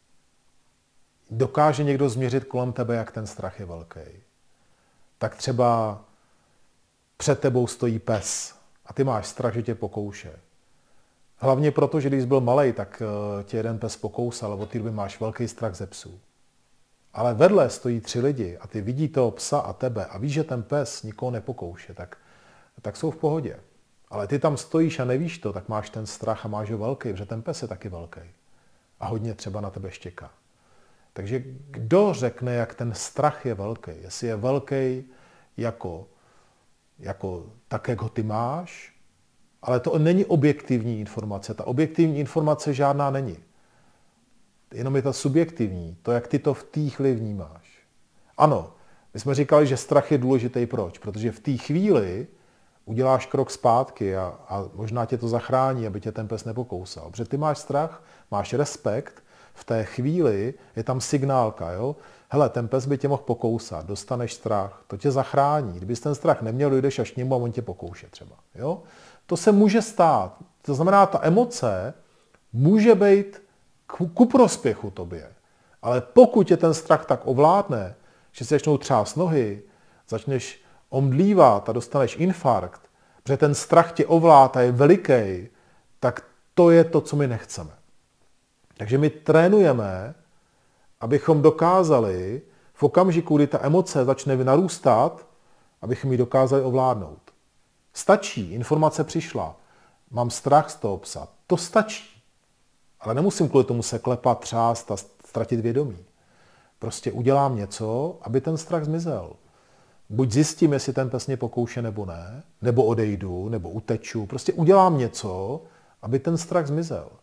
Dokáže někdo změřit kolem tebe, jak ten strach je velký? Tak třeba před tebou stojí pes a ty máš strach, že tě pokouše. Hlavně proto, že když jsi byl malej, tak tě jeden pes pokousal, od té doby máš velký strach ze psů. Ale vedle stojí tři lidi a ty vidí toho psa a tebe a víš, že ten pes nikoho nepokouše, tak, tak jsou v pohodě. Ale ty tam stojíš a nevíš to, tak máš ten strach a máš ho velký, protože ten pes je taky velký. A hodně třeba na tebe štěká. Takže kdo řekne, jak ten strach je velký? Jestli je velký jako, jako tak, jak ho ty máš, ale to není objektivní informace. Ta objektivní informace žádná není. Jenom je ta subjektivní, to, jak ty to v té chvíli vnímáš. Ano, my jsme říkali, že strach je důležitý. Proč? Protože v té chvíli uděláš krok zpátky a, a možná tě to zachrání, aby tě ten pes nepokousal. Protože ty máš strach, máš respekt, v té chvíli je tam signálka, jo? Hele, ten pes by tě mohl pokousat, dostaneš strach, to tě zachrání. Kdybys ten strach neměl, dojdeš až k němu a on tě pokouše třeba. Jo? To se může stát. To znamená, ta emoce může být ku, ku prospěchu tobě. Ale pokud tě ten strach tak ovládne, že se začnou třást nohy, začneš omdlívat a dostaneš infarkt, protože ten strach tě ovládá a je veliký, tak to je to, co my nechceme. Takže my trénujeme, abychom dokázali v okamžiku, kdy ta emoce začne narůstat, abychom ji dokázali ovládnout. Stačí, informace přišla, mám strach z toho psa, to stačí. Ale nemusím kvůli tomu se klepat, třást a ztratit vědomí. Prostě udělám něco, aby ten strach zmizel. Buď zjistím, jestli ten pes mě pokouše nebo ne, nebo odejdu, nebo uteču. Prostě udělám něco, aby ten strach zmizel.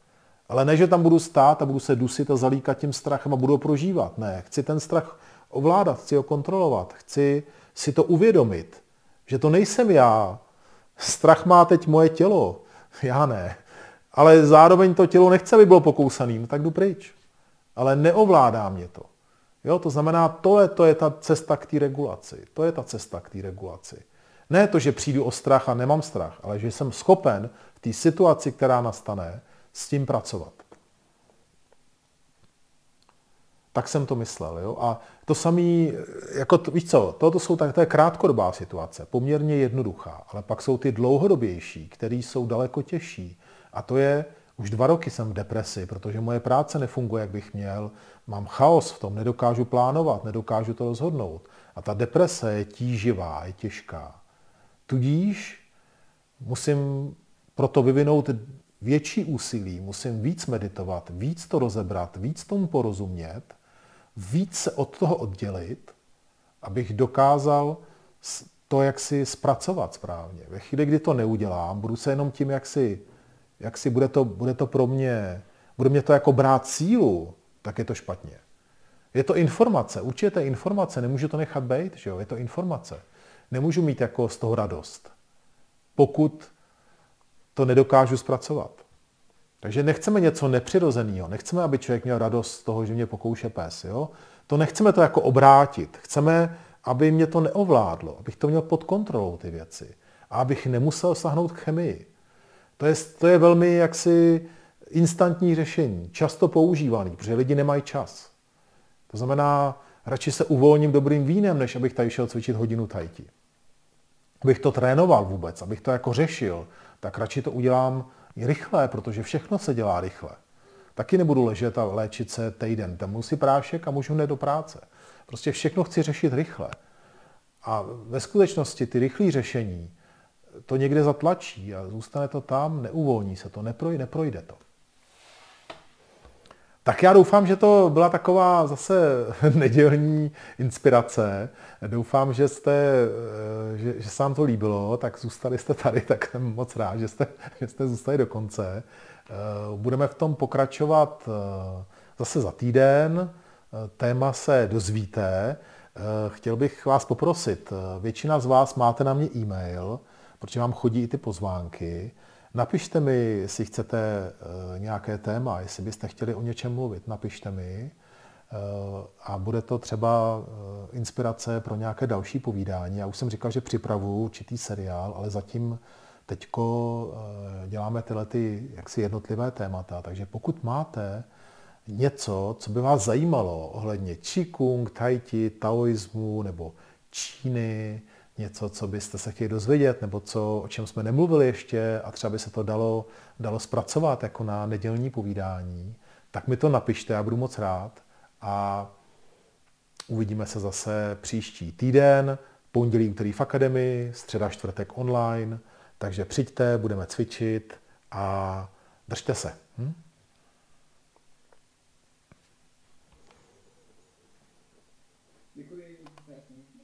Ale ne, že tam budu stát a budu se dusit a zalíkat tím strachem a budu ho prožívat. Ne, chci ten strach ovládat, chci ho kontrolovat, chci si to uvědomit, že to nejsem já. Strach má teď moje tělo, já ne. Ale zároveň to tělo nechce, aby bylo pokousaný, no tak jdu pryč. Ale neovládá mě to. Jo, to znamená, tohle to je ta cesta k té regulaci. To je ta cesta k té regulaci. Ne to, že přijdu o strach a nemám strach, ale že jsem schopen v té situaci, která nastane, s tím pracovat. Tak jsem to myslel. Jo? A to samé, jako to, víš co, toto jsou tak, to je krátkodobá situace, poměrně jednoduchá, ale pak jsou ty dlouhodobější, které jsou daleko těžší. A to je, už dva roky jsem v depresi, protože moje práce nefunguje, jak bych měl, mám chaos v tom, nedokážu plánovat, nedokážu to rozhodnout. A ta deprese je tíživá, je těžká. Tudíž musím proto vyvinout větší úsilí, musím víc meditovat, víc to rozebrat, víc tomu porozumět, víc se od toho oddělit, abych dokázal to jaksi zpracovat správně. Ve chvíli, kdy to neudělám, budu se jenom tím, jak si, jak si bude, to, bude to pro mě, bude mě to jako brát sílu, tak je to špatně. Je to informace, určitě to je informace, nemůžu to nechat být, že jo? Je to informace. Nemůžu mít jako z toho radost, pokud to nedokážu zpracovat. Takže nechceme něco nepřirozeného, nechceme, aby člověk měl radost z toho, že mě pokouše pes. Jo? To nechceme to jako obrátit. Chceme, aby mě to neovládlo, abych to měl pod kontrolou ty věci a abych nemusel sahnout k chemii. To je, to je velmi jaksi instantní řešení, často používaný, protože lidi nemají čas. To znamená, radši se uvolním dobrým vínem, než abych tady šel cvičit hodinu tai chi. Abych to trénoval vůbec, abych to jako řešil, tak radši to udělám i rychle, protože všechno se dělá rychle. Taky nebudu ležet a léčit se týden. Tam musí prášek a můžu hned do práce. Prostě všechno chci řešit rychle. A ve skutečnosti ty rychlé řešení to někde zatlačí a zůstane to tam, neuvolní se to, neprojde, neprojde to. Tak já doufám, že to byla taková zase nedělní inspirace. Doufám, že, jste, že, že se vám to líbilo, tak zůstali jste tady, tak jsem moc rád, že jste, že jste zůstali do konce. Budeme v tom pokračovat zase za týden. Téma se dozvíte. Chtěl bych vás poprosit, většina z vás máte na mě e-mail, protože vám chodí i ty pozvánky. Napište mi, jestli chcete uh, nějaké téma, jestli byste chtěli o něčem mluvit, napište mi uh, a bude to třeba uh, inspirace pro nějaké další povídání. Já už jsem říkal, že připravuju určitý seriál, ale zatím teďko uh, děláme tyhle ty jaksi jednotlivé témata, takže pokud máte něco, co by vás zajímalo ohledně Qigong, Tai Chi, taoismu nebo Číny, něco, co byste se chtěli dozvědět, nebo co, o čem jsme nemluvili ještě a třeba by se to dalo, dalo zpracovat jako na nedělní povídání, tak mi to napište, já budu moc rád a uvidíme se zase příští týden, pondělí, úterý v akademii, středa, čtvrtek online, takže přijďte, budeme cvičit a držte se. Hm? Děkuji.